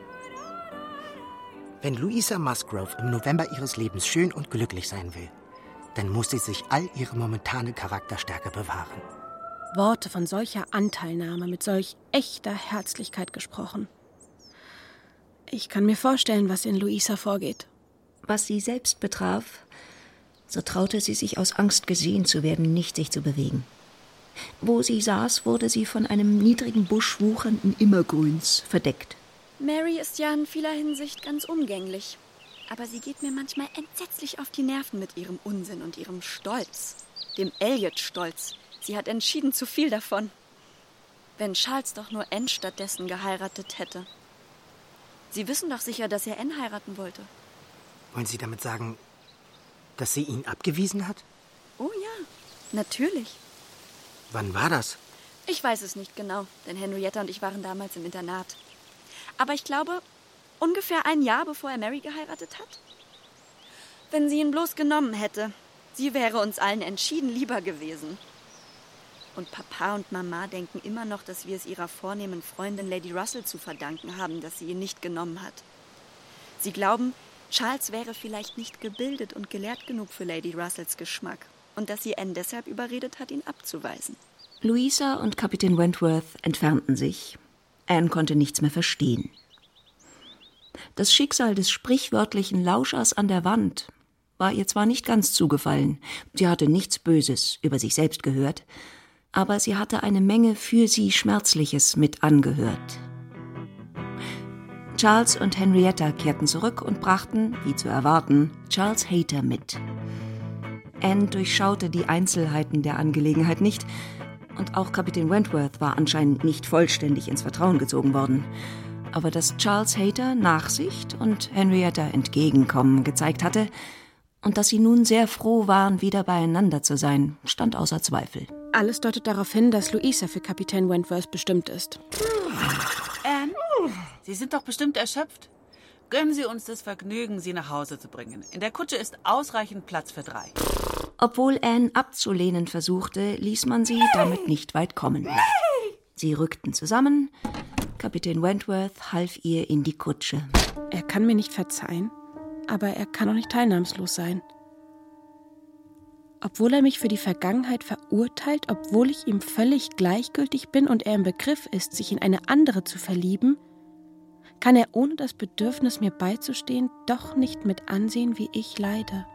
Wenn Louisa Musgrove im November ihres Lebens schön und glücklich sein will, dann muss sie sich all ihre momentane Charakterstärke bewahren. Worte von solcher Anteilnahme, mit solch echter Herzlichkeit gesprochen. Ich kann mir vorstellen, was in Louisa vorgeht. Was sie selbst betraf, so traute sie sich aus Angst, gesehen zu werden, nicht sich zu bewegen. Wo sie saß, wurde sie von einem niedrigen Busch wuchernden Immergrüns verdeckt. Mary ist ja in vieler Hinsicht ganz umgänglich. Aber sie geht mir manchmal entsetzlich auf die Nerven mit ihrem Unsinn und ihrem Stolz. Dem Elliot-Stolz. Sie hat entschieden zu viel davon. Wenn Charles doch nur Anne stattdessen geheiratet hätte. Sie wissen doch sicher, dass er Anne heiraten wollte. Wollen Sie damit sagen, dass sie ihn abgewiesen hat? Oh ja, natürlich. Wann war das? Ich weiß es nicht genau, denn Henrietta und ich waren damals im Internat. Aber ich glaube, ungefähr ein Jahr, bevor er Mary geheiratet hat. Wenn sie ihn bloß genommen hätte, sie wäre uns allen entschieden lieber gewesen. Und Papa und Mama denken immer noch, dass wir es ihrer vornehmen Freundin Lady Russell zu verdanken haben, dass sie ihn nicht genommen hat. Sie glauben, Charles wäre vielleicht nicht gebildet und gelehrt genug für Lady Russells Geschmack und dass sie Anne deshalb überredet hat, ihn abzuweisen. Louisa und Kapitän Wentworth entfernten sich. Anne konnte nichts mehr verstehen. Das Schicksal des sprichwörtlichen Lauschers an der Wand war ihr zwar nicht ganz zugefallen, sie hatte nichts Böses über sich selbst gehört, aber sie hatte eine Menge für sie Schmerzliches mit angehört. Charles und Henrietta kehrten zurück und brachten, wie zu erwarten, Charles Hayter mit. Anne durchschaute die Einzelheiten der Angelegenheit nicht, und auch Kapitän Wentworth war anscheinend nicht vollständig ins Vertrauen gezogen worden. Aber dass Charles Hayter Nachsicht und Henrietta Entgegenkommen gezeigt hatte Und dass sie nun sehr froh waren, wieder beieinander zu sein, stand außer Zweifel. Alles deutet darauf hin, dass Louisa für Kapitän Wentworth bestimmt ist. Anne, Sie sind doch bestimmt erschöpft. Gönnen Sie uns das Vergnügen, Sie nach Hause zu bringen. In der Kutsche ist ausreichend Platz für 3. Obwohl Anne abzulehnen versuchte, ließ man sie damit nicht weit kommen. Sie rückten zusammen. Kapitän Wentworth half ihr in die Kutsche. Er kann mir nicht verzeihen, aber er kann auch nicht teilnahmslos sein. Obwohl er mich für die Vergangenheit verurteilt, obwohl ich ihm völlig gleichgültig bin und er im Begriff ist, sich in eine andere zu verlieben, kann er ohne das Bedürfnis, mir beizustehen, doch nicht mit ansehen, wie ich leide.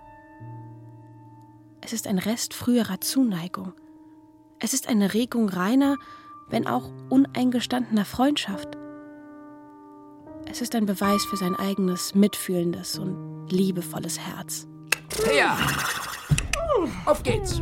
Es ist ein Rest früherer Zuneigung. Es ist eine Regung reiner, wenn auch uneingestandener Freundschaft. Es ist ein Beweis für sein eigenes, mitfühlendes und liebevolles Herz. Ja, auf geht's!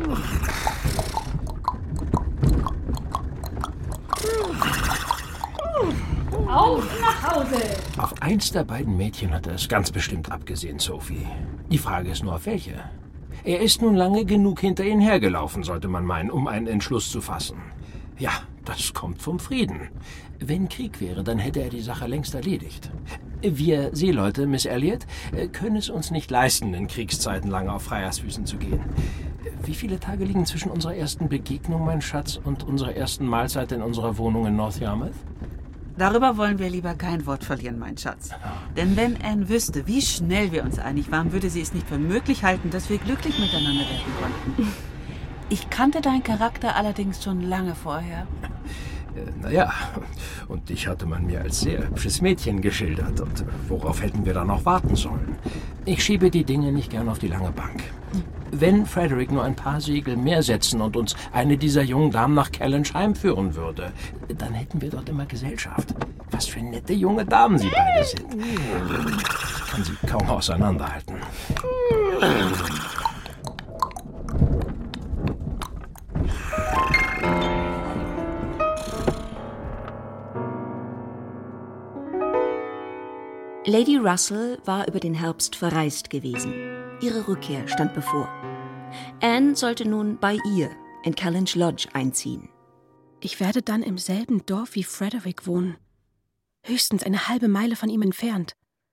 Auf nach Hause! Auf eins der beiden Mädchen hat er es ganz bestimmt abgesehen, Sophie. Die Frage ist nur, auf welche. Er ist nun lange genug hinter ihnen hergelaufen, sollte man meinen, um einen Entschluss zu fassen. Ja, das kommt vom Frieden. Wenn Krieg wäre, dann hätte er die Sache längst erledigt. Wir Seeleute, Miss Elliot, können es uns nicht leisten, in Kriegszeiten lange auf Freiersfüßen zu gehen. Wie viele Tage liegen zwischen unserer ersten Begegnung, mein Schatz, und unserer ersten Mahlzeit in unserer Wohnung in North Yarmouth? Darüber wollen wir lieber kein Wort verlieren, mein Schatz. Denn wenn Anne wüsste, wie schnell wir uns einig waren, würde sie es nicht für möglich halten, dass wir glücklich miteinander werden konnten. Ich kannte deinen Charakter allerdings schon lange vorher. Naja, und dich hatte man mir als sehr hübsches Mädchen geschildert. Und worauf hätten wir da noch warten sollen? Ich schiebe die Dinge nicht gern auf die lange Bank. Wenn Frederick nur ein paar Segel mehr setzen und uns eine dieser jungen Damen nach Kellynch heimführen würde, dann hätten wir dort immer Gesellschaft. Was für nette junge Damen sie beide sind. Ich kann sie kaum auseinanderhalten. Lady Russell war über den Herbst verreist gewesen. Ihre Rückkehr stand bevor. Anne sollte nun bei ihr in Kellynch Lodge einziehen. Ich werde dann im selben Dorf wie Frederick wohnen. Höchstens eine halbe Meile von ihm entfernt.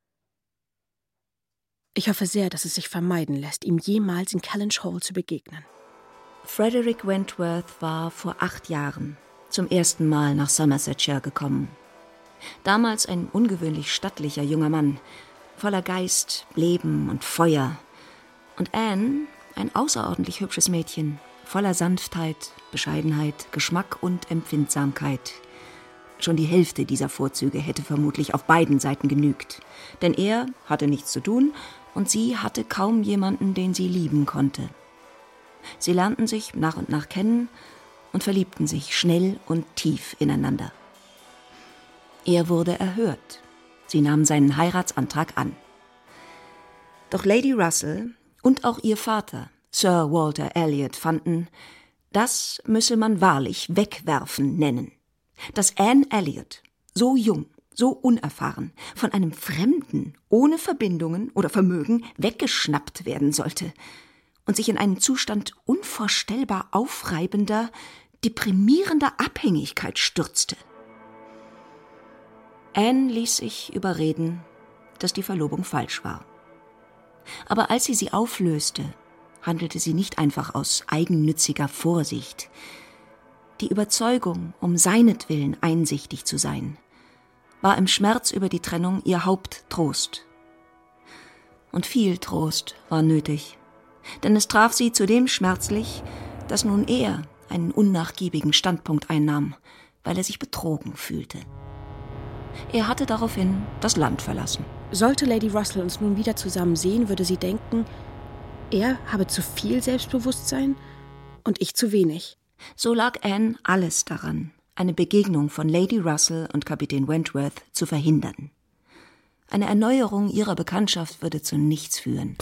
Ich hoffe sehr, dass es sich vermeiden lässt, ihm jemals in Kellynch Hall zu begegnen. Frederick Wentworth war vor 8 Jahren zum ersten Mal nach Somersetshire gekommen. Damals ein ungewöhnlich stattlicher junger Mann, voller Geist, Leben und Feuer. Und Anne, ein außerordentlich hübsches Mädchen, voller Sanftheit, Bescheidenheit, Geschmack und Empfindsamkeit. Schon die Hälfte dieser Vorzüge hätte vermutlich auf beiden Seiten genügt. Denn er hatte nichts zu tun und sie hatte kaum jemanden, den sie lieben konnte. Sie lernten sich nach und nach kennen und verliebten sich schnell und tief ineinander. Er wurde erhört. Sie nahm seinen Heiratsantrag an. Doch Lady Russell und auch ihr Vater, Sir Walter Elliot, fanden, das müsse man wahrlich Wegwerfen nennen. Dass Anne Elliot, so jung, so unerfahren, von einem Fremden ohne Verbindungen oder Vermögen weggeschnappt werden sollte und sich in einen Zustand unvorstellbar aufreibender, deprimierender Abhängigkeit stürzte. Anne ließ sich überreden, dass die Verlobung falsch war. Aber als sie auflöste, handelte sie nicht einfach aus eigennütziger Vorsicht. Die Überzeugung, um seinetwillen einsichtig zu sein, war im Schmerz über die Trennung ihr Haupttrost. Und viel Trost war nötig, denn es traf sie zudem schmerzlich, dass nun er einen unnachgiebigen Standpunkt einnahm, weil er sich betrogen fühlte. Er hatte daraufhin das Land verlassen. Sollte Lady Russell uns nun wieder zusammen sehen, würde sie denken, er habe zu viel Selbstbewusstsein und ich zu wenig. So lag Anne alles daran, eine Begegnung von Lady Russell und Kapitän Wentworth zu verhindern. Eine Erneuerung ihrer Bekanntschaft würde zu nichts führen.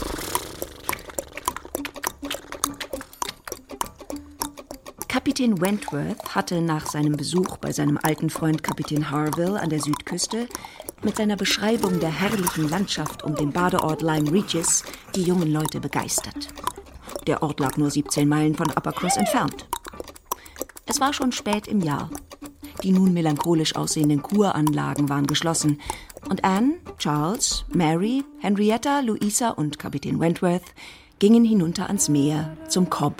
Kapitän Wentworth hatte nach seinem Besuch bei seinem alten Freund Kapitän Harville an der Südküste mit seiner Beschreibung der herrlichen Landschaft um den Badeort Lyme Regis die jungen Leute begeistert. Der Ort lag nur 17 Meilen von Uppercross entfernt. Es war schon spät im Jahr. Die nun melancholisch aussehenden Kuranlagen waren geschlossen und Anne, Charles, Mary, Henrietta, Louisa und Kapitän Wentworth gingen hinunter ans Meer zum Cobb.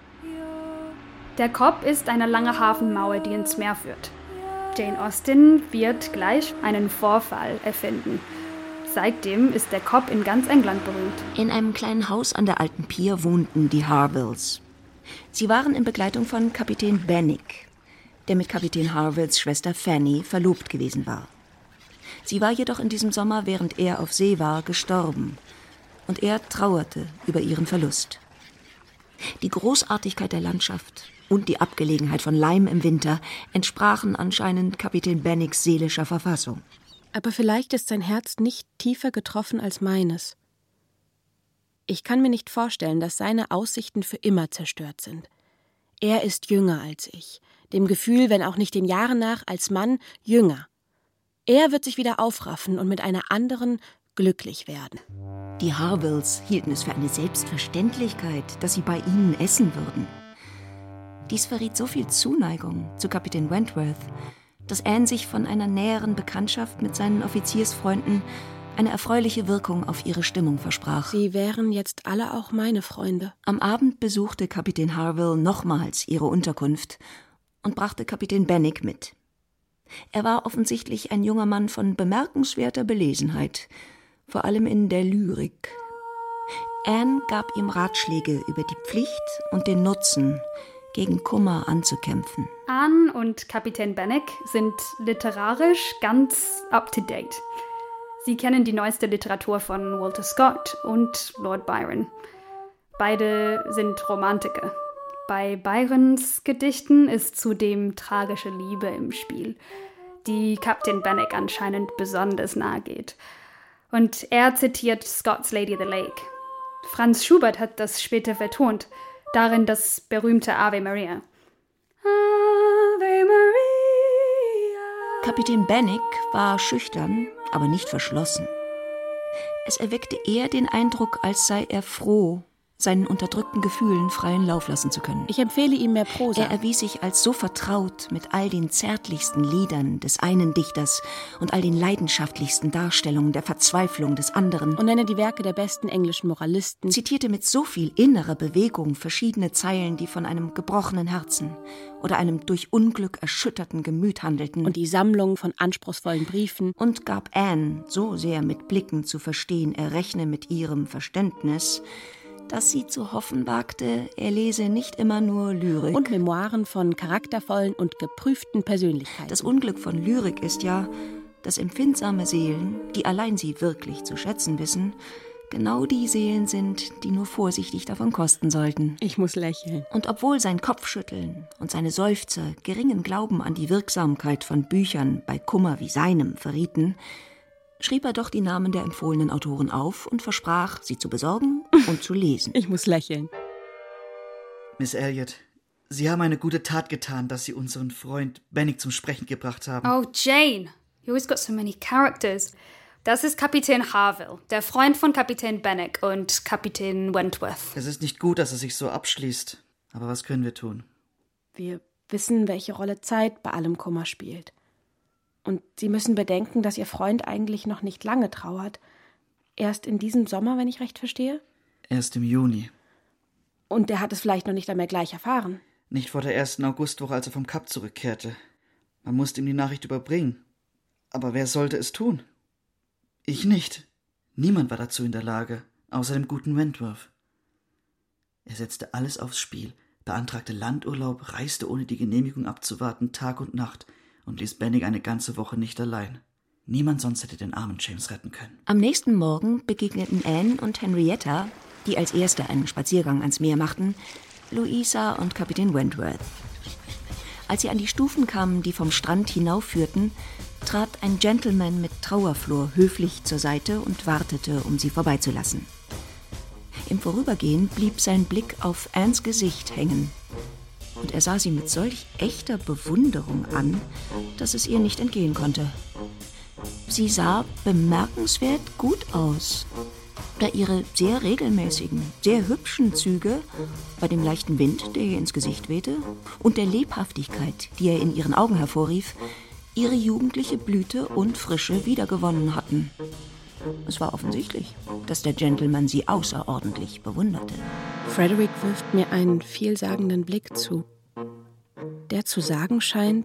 Der Cobb ist eine lange Hafenmauer, die ins Meer führt. Jane Austen wird gleich einen Vorfall erfinden. Seitdem ist der Cobb in ganz England berühmt. In einem kleinen Haus an der alten Pier wohnten die Harvilles. Sie waren in Begleitung von Kapitän Benwick, der mit Kapitän Harvilles Schwester Fanny verlobt gewesen war. Sie war jedoch in diesem Sommer, während er auf See war, gestorben. Und er trauerte über ihren Verlust. Die Großartigkeit der Landschaft und die Abgelegenheit von Lyme im Winter entsprachen anscheinend Kapitän Bennecks seelischer Verfassung. Aber vielleicht ist sein Herz nicht tiefer getroffen als meines. Ich kann mir nicht vorstellen, dass seine Aussichten für immer zerstört sind. Er ist jünger als ich, dem Gefühl, wenn auch nicht den Jahren nach, als Mann jünger. Er wird sich wieder aufraffen und mit einer anderen glücklich werden. Die Harvilles hielten es für eine Selbstverständlichkeit, dass sie bei ihnen essen würden. Dies verriet so viel Zuneigung zu Kapitän Wentworth, dass Anne sich von einer näheren Bekanntschaft mit seinen Offiziersfreunden eine erfreuliche Wirkung auf ihre Stimmung versprach. Sie wären jetzt alle auch meine Freunde. Am Abend besuchte Kapitän Harville nochmals ihre Unterkunft und brachte Kapitän Benwick mit. Er war offensichtlich ein junger Mann von bemerkenswerter Belesenheit, vor allem in der Lyrik. Anne gab ihm Ratschläge über die Pflicht und den Nutzen, gegen Kummer anzukämpfen. Anne und Kapitän Benwick sind literarisch ganz up-to-date. Sie kennen die neueste Literatur von Walter Scott und Lord Byron. Beide sind Romantiker. Bei Byrons Gedichten ist zudem tragische Liebe im Spiel, die Kapitän Benwick anscheinend besonders nahe geht. Und er zitiert Scotts Lady of the Lake. Franz Schubert hat das später vertont, darin das berühmte Ave Maria. Ave Maria. Kapitän Benwick war schüchtern, aber nicht verschlossen. Es erweckte eher den Eindruck, als sei er froh, seinen unterdrückten Gefühlen freien Lauf lassen zu können. Ich empfehle ihm mehr Prosa. Er erwies sich als so vertraut mit all den zärtlichsten Liedern des einen Dichters und all den leidenschaftlichsten Darstellungen der Verzweiflung des anderen. Und nenne die Werke der besten englischen Moralisten. Zitierte mit so viel innerer Bewegung verschiedene Zeilen, die von einem gebrochenen Herzen oder einem durch Unglück erschütterten Gemüt handelten. Und die Sammlung von anspruchsvollen Briefen. Und gab Anne so sehr mit Blicken zu verstehen, er rechne mit ihrem Verständnis, dass sie zu hoffen wagte, er lese nicht immer nur Lyrik. Und Memoiren von charaktervollen und geprüften Persönlichkeiten. Das Unglück von Lyrik ist ja, dass empfindsame Seelen, die allein sie wirklich zu schätzen wissen, genau die Seelen sind, die nur vorsichtig davon kosten sollten. Ich muss lächeln. Und obwohl sein Kopfschütteln und seine Seufzer geringen Glauben an die Wirksamkeit von Büchern bei Kummer wie seinem verrieten, schrieb er doch die Namen der empfohlenen Autoren auf und versprach, sie zu besorgen und zu lesen. Ich muss lächeln. Miss Elliot, Sie haben eine gute Tat getan, dass Sie unseren Freund Benwick zum Sprechen gebracht haben. Oh, Jane, you always got so many characters. Das ist Kapitän Harville, der Freund von Kapitän Benwick und Kapitän Wentworth. Es ist nicht gut, dass es sich so abschließt. Aber was können wir tun? Wir wissen, welche Rolle Zeit bei allem Kummer spielt. Und Sie müssen bedenken, dass Ihr Freund eigentlich noch nicht lange trauert. Erst in diesem Sommer, wenn ich recht verstehe? Erst im Juni. Und er hat es vielleicht noch nicht einmal gleich erfahren. Nicht vor der 1. Augustwoche, als er vom Kap zurückkehrte. Man musste ihm die Nachricht überbringen. Aber wer sollte es tun? Ich nicht. Niemand war dazu in der Lage, außer dem guten Wentworth. Er setzte alles aufs Spiel, beantragte Landurlaub, reiste ohne die Genehmigung abzuwarten, Tag und Nacht, und ließ Benwick eine ganze Woche nicht allein. Niemand sonst hätte den armen James retten können. Am nächsten Morgen begegneten Anne und Henrietta, die als Erste einen Spaziergang ans Meer machten, Louisa und Kapitän Wentworth. Als sie an die Stufen kamen, die vom Strand hinaufführten, trat ein Gentleman mit Trauerflor höflich zur Seite und wartete, um sie vorbeizulassen. Im Vorübergehen blieb sein Blick auf Annes Gesicht hängen. Und er sah sie mit solch echter Bewunderung an, dass es ihr nicht entgehen konnte. Sie sah bemerkenswert gut aus. Da ihre sehr regelmäßigen, sehr hübschen Züge bei dem leichten Wind, der ihr ins Gesicht wehte, und der Lebhaftigkeit, die er in ihren Augen hervorrief, ihre jugendliche Blüte und Frische wiedergewonnen hatten. Es war offensichtlich, dass der Gentleman sie außerordentlich bewunderte. Frederick wirft mir einen vielsagenden Blick zu, der zu sagen scheint: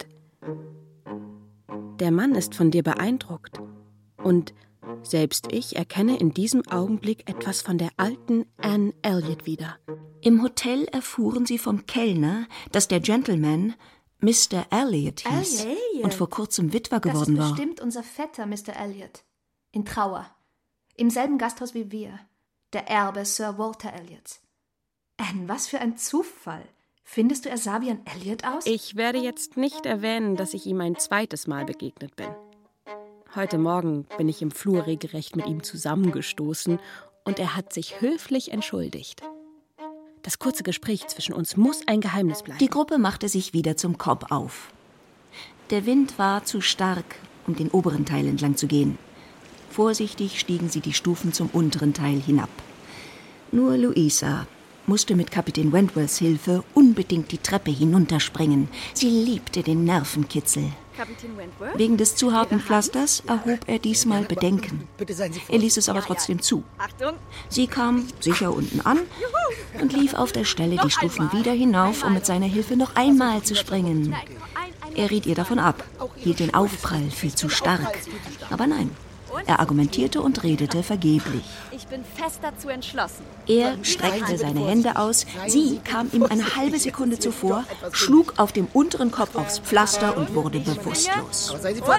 Der Mann ist von dir beeindruckt. Und selbst ich erkenne in diesem Augenblick etwas von der alten Anne Elliot wieder. Im Hotel erfuhren sie vom Kellner, dass der Gentleman Mr. Elliot hieß und vor kurzem Witwer geworden war. Das ist bestimmt unser Vetter, Mr. Elliot. In Trauer. Im selben Gasthaus wie wir. Der Erbe Sir Walter Elliots. Anne, was für ein Zufall. Findest du, er sah wie ein Elliot aus? Ich werde jetzt nicht erwähnen, dass ich ihm ein zweites Mal begegnet bin. Heute Morgen bin ich im Flur regelrecht mit ihm zusammengestoßen und er hat sich höflich entschuldigt. Das kurze Gespräch zwischen uns muss ein Geheimnis bleiben. Die Gruppe machte sich wieder zum Korb auf. Der Wind war zu stark, um den oberen Teil entlang zu gehen. Vorsichtig stiegen sie die Stufen zum unteren Teil hinab. Nur Louisa musste mit Kapitän Wentworths Hilfe unbedingt die Treppe hinunterspringen. Sie liebte den Nervenkitzel. Kapitän Wentworth? Wegen des zu harten Pflasters erhob er diesmal Bedenken. Er ließ es aber trotzdem zu. Achtung! Sie kam sicher unten an und lief auf der Stelle die Stufen wieder hinauf, um mit seiner Hilfe noch einmal zu springen. Er riet ihr davon ab, hielt den Aufprall viel zu stark. Aber nein, er argumentierte und redete vergeblich. Ich bin fest dazu entschlossen. Er streckte seine Hände aus, sie kam ihm eine halbe Sekunde zuvor, schlug auf dem unteren Kopf aufs Pflaster und wurde bewusstlos.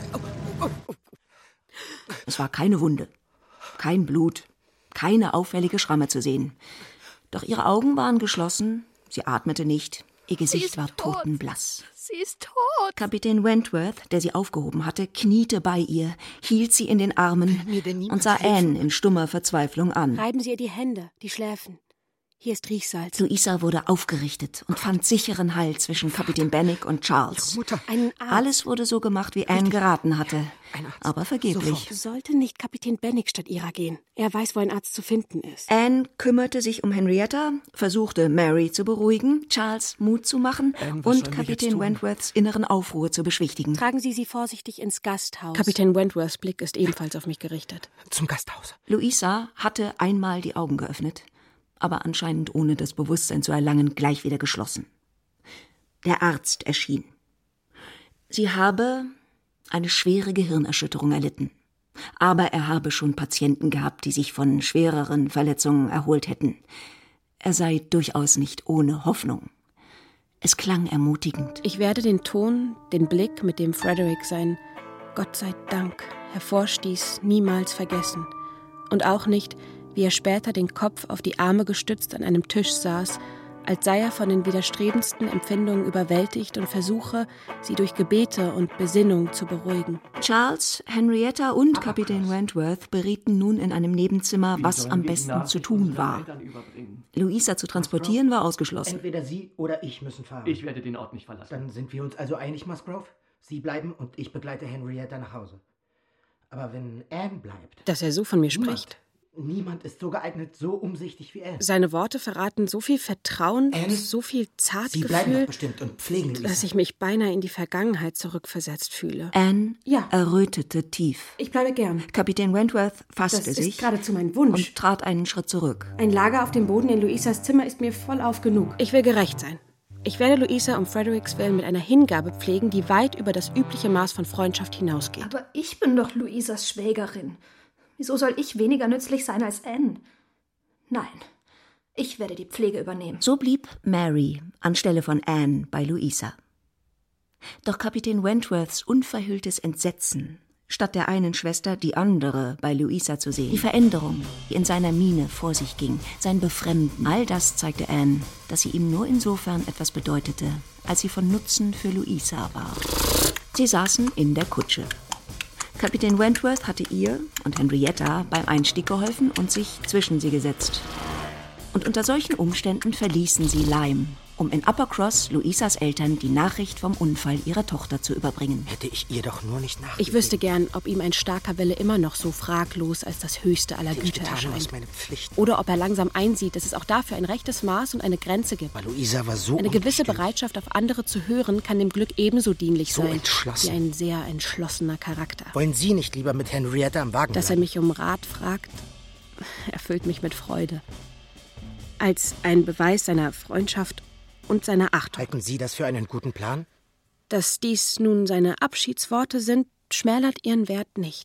Es war keine Wunde, kein Blut, keine auffällige Schramme zu sehen. Doch ihre Augen waren geschlossen, sie atmete nicht, ihr Gesicht war totenblass. Sie ist tot. Kapitän Wentworth, der sie aufgehoben hatte, kniete bei ihr, hielt sie in den Armen und sah Anne in stummer Verzweiflung an. Reiben Sie ihr die Hände, die Schläfen. Hier ist Riechsalz. Louisa wurde aufgerichtet und fand sicheren Halt zwischen Kapitän Benwick und Charles. Mutter. Alles wurde so gemacht, wie Anne geraten hatte, aber vergeblich. Sollte nicht Kapitän Benwick statt ihrer gehen. Er weiß, wo ein Arzt zu finden ist. Anne kümmerte sich um Henrietta, versuchte Mary zu beruhigen, Charles Mut zu machen und Kapitän Wentworths inneren Aufruhr zu beschwichtigen. Tragen Sie sie vorsichtig ins Gasthaus. Kapitän Wentworths Blick ist ebenfalls auf mich gerichtet. Zum Gasthaus. Louisa hatte einmal die Augen geöffnet, aber anscheinend ohne das Bewusstsein zu erlangen, gleich wieder geschlossen. Der Arzt erschien. Sie habe eine schwere Gehirnerschütterung erlitten. Aber er habe schon Patienten gehabt, die sich von schwereren Verletzungen erholt hätten. Er sei durchaus nicht ohne Hoffnung. Es klang ermutigend. Ich werde den Ton, den Blick, mit dem Frederick sein Gott sei Dank hervorstieß, niemals vergessen. Und auch nicht, wie er später den Kopf auf die Arme gestützt an einem Tisch saß, als sei er von den widerstrebendsten Empfindungen überwältigt und versuche, sie durch Gebete und Besinnung zu beruhigen. Charles, Henrietta und Kapitän Wentworth berieten nun in einem Nebenzimmer, was am besten zu tun war. Louisa zu transportieren war ausgeschlossen. Entweder Sie oder ich müssen fahren. Ich werde den Ort nicht verlassen. Dann sind wir uns also einig, Musgrove? Sie bleiben und ich begleite Henrietta nach Hause. Aber wenn Anne bleibt... Dass er so von mir spricht. Niemand ist so geeignet, so umsichtig wie Anne. Seine Worte verraten so viel Vertrauen, so viel Zartgefühl, Sie bleiben doch bestimmt und pflegen Louisa. Dass ich mich beinahe in die Vergangenheit zurückversetzt fühle. Anne errötete tief. Ich bleibe gern. Kapitän Wentworth fasste sich. Das ist geradezu mein Wunsch. Und trat einen Schritt zurück. Ein Lager auf dem Boden in Louisas Zimmer ist mir vollauf genug. Ich will gerecht sein. Ich werde Louisa um Fredericks Willen mit einer Hingabe pflegen, die weit über das übliche Maß von Freundschaft hinausgeht. Aber ich bin doch Louisas Schwägerin. Wieso soll ich weniger nützlich sein als Anne? Nein, ich werde die Pflege übernehmen. So blieb Mary anstelle von Anne bei Louisa. Doch Kapitän Wentworths unverhülltes Entsetzen, statt der einen Schwester die andere bei Louisa zu sehen, die Veränderung, die in seiner Miene vor sich ging, sein Befremden, all das zeigte Anne, dass sie ihm nur insofern etwas bedeutete, als sie von Nutzen für Louisa war. Sie saßen in der Kutsche. Kapitän Wentworth hatte ihr und Henrietta beim Einstieg geholfen und sich zwischen sie gesetzt. Und unter solchen Umständen verließen sie Lyme, um in Uppercross Louisas Eltern die Nachricht vom Unfall ihrer Tochter zu überbringen. Hätte ich ihr doch nur nicht nachgegeben. Ich wüsste gern, ob ihm ein starker Wille immer noch so fraglos als das höchste aller Güter erscheint. Oder ob er langsam einsieht, dass es auch dafür ein rechtes Maß und eine Grenze gibt. Aber Louisa war so Eine gewisse Bereitschaft, auf andere zu hören, kann dem Glück ebenso dienlich sein, entschlossen. wie ein sehr entschlossener Charakter. Wollen Sie nicht lieber mit Henrietta am Wagen Dass er mich um Rat fragt, erfüllt mich mit Freude. Als ein Beweis seiner Freundschaft und seiner Achtung. Halten Sie das für einen guten Plan? Dass dies nun seine Abschiedsworte sind, schmälert ihren Wert nicht.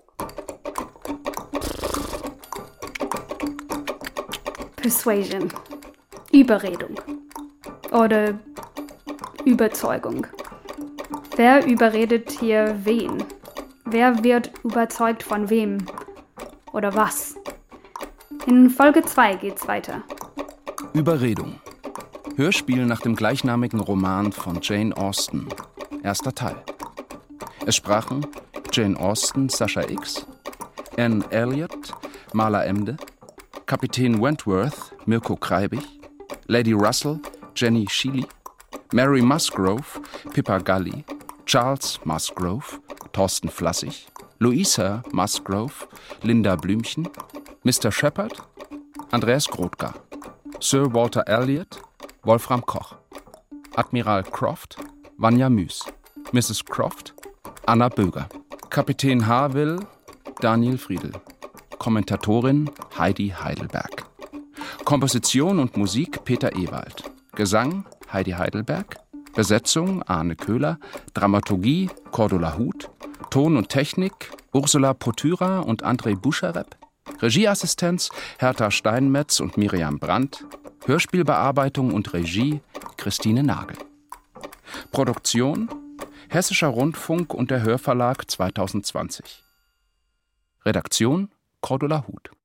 Persuasion. Überredung. Oder Überzeugung. Wer überredet hier wen? Wer wird überzeugt von wem? Oder was? In Folge 2 geht's weiter. Überredung. Hörspiel nach dem gleichnamigen Roman von Jane Austen. Erster Teil. Es sprachen Jane Austen, Sascha X., Anne Elliot, Marla Emde, Kapitän Wentworth, Mirko Kreibich, Lady Russell, Jenny Shealy, Mary Musgrove, Pippa Galli, Charles Musgrove, Thorsten Flassig, Louisa Musgrove, Linda Blümchen, Mr. Shepard, Andreas Grothgar, Sir Walter Elliot, Wolfram Koch, Admiral Croft, Vanya Müß, Mrs. Croft, Anna Böger, Kapitän Harville, Daniel Friedl, Kommentatorin Heidi Heidelberg, Komposition und Musik Peter Ewald, Gesang Heidi Heidelberg, Besetzung Arne Köhler, Dramaturgie Cordula Huth, Ton und Technik Ursula Potyra und André Buscharep, Regieassistenz Hertha Steinmetz und Miriam Brandt, Hörspielbearbeitung und Regie Christine Nagel. Produktion Hessischer Rundfunk und der Hörverlag 2020. Redaktion Cordula Huth.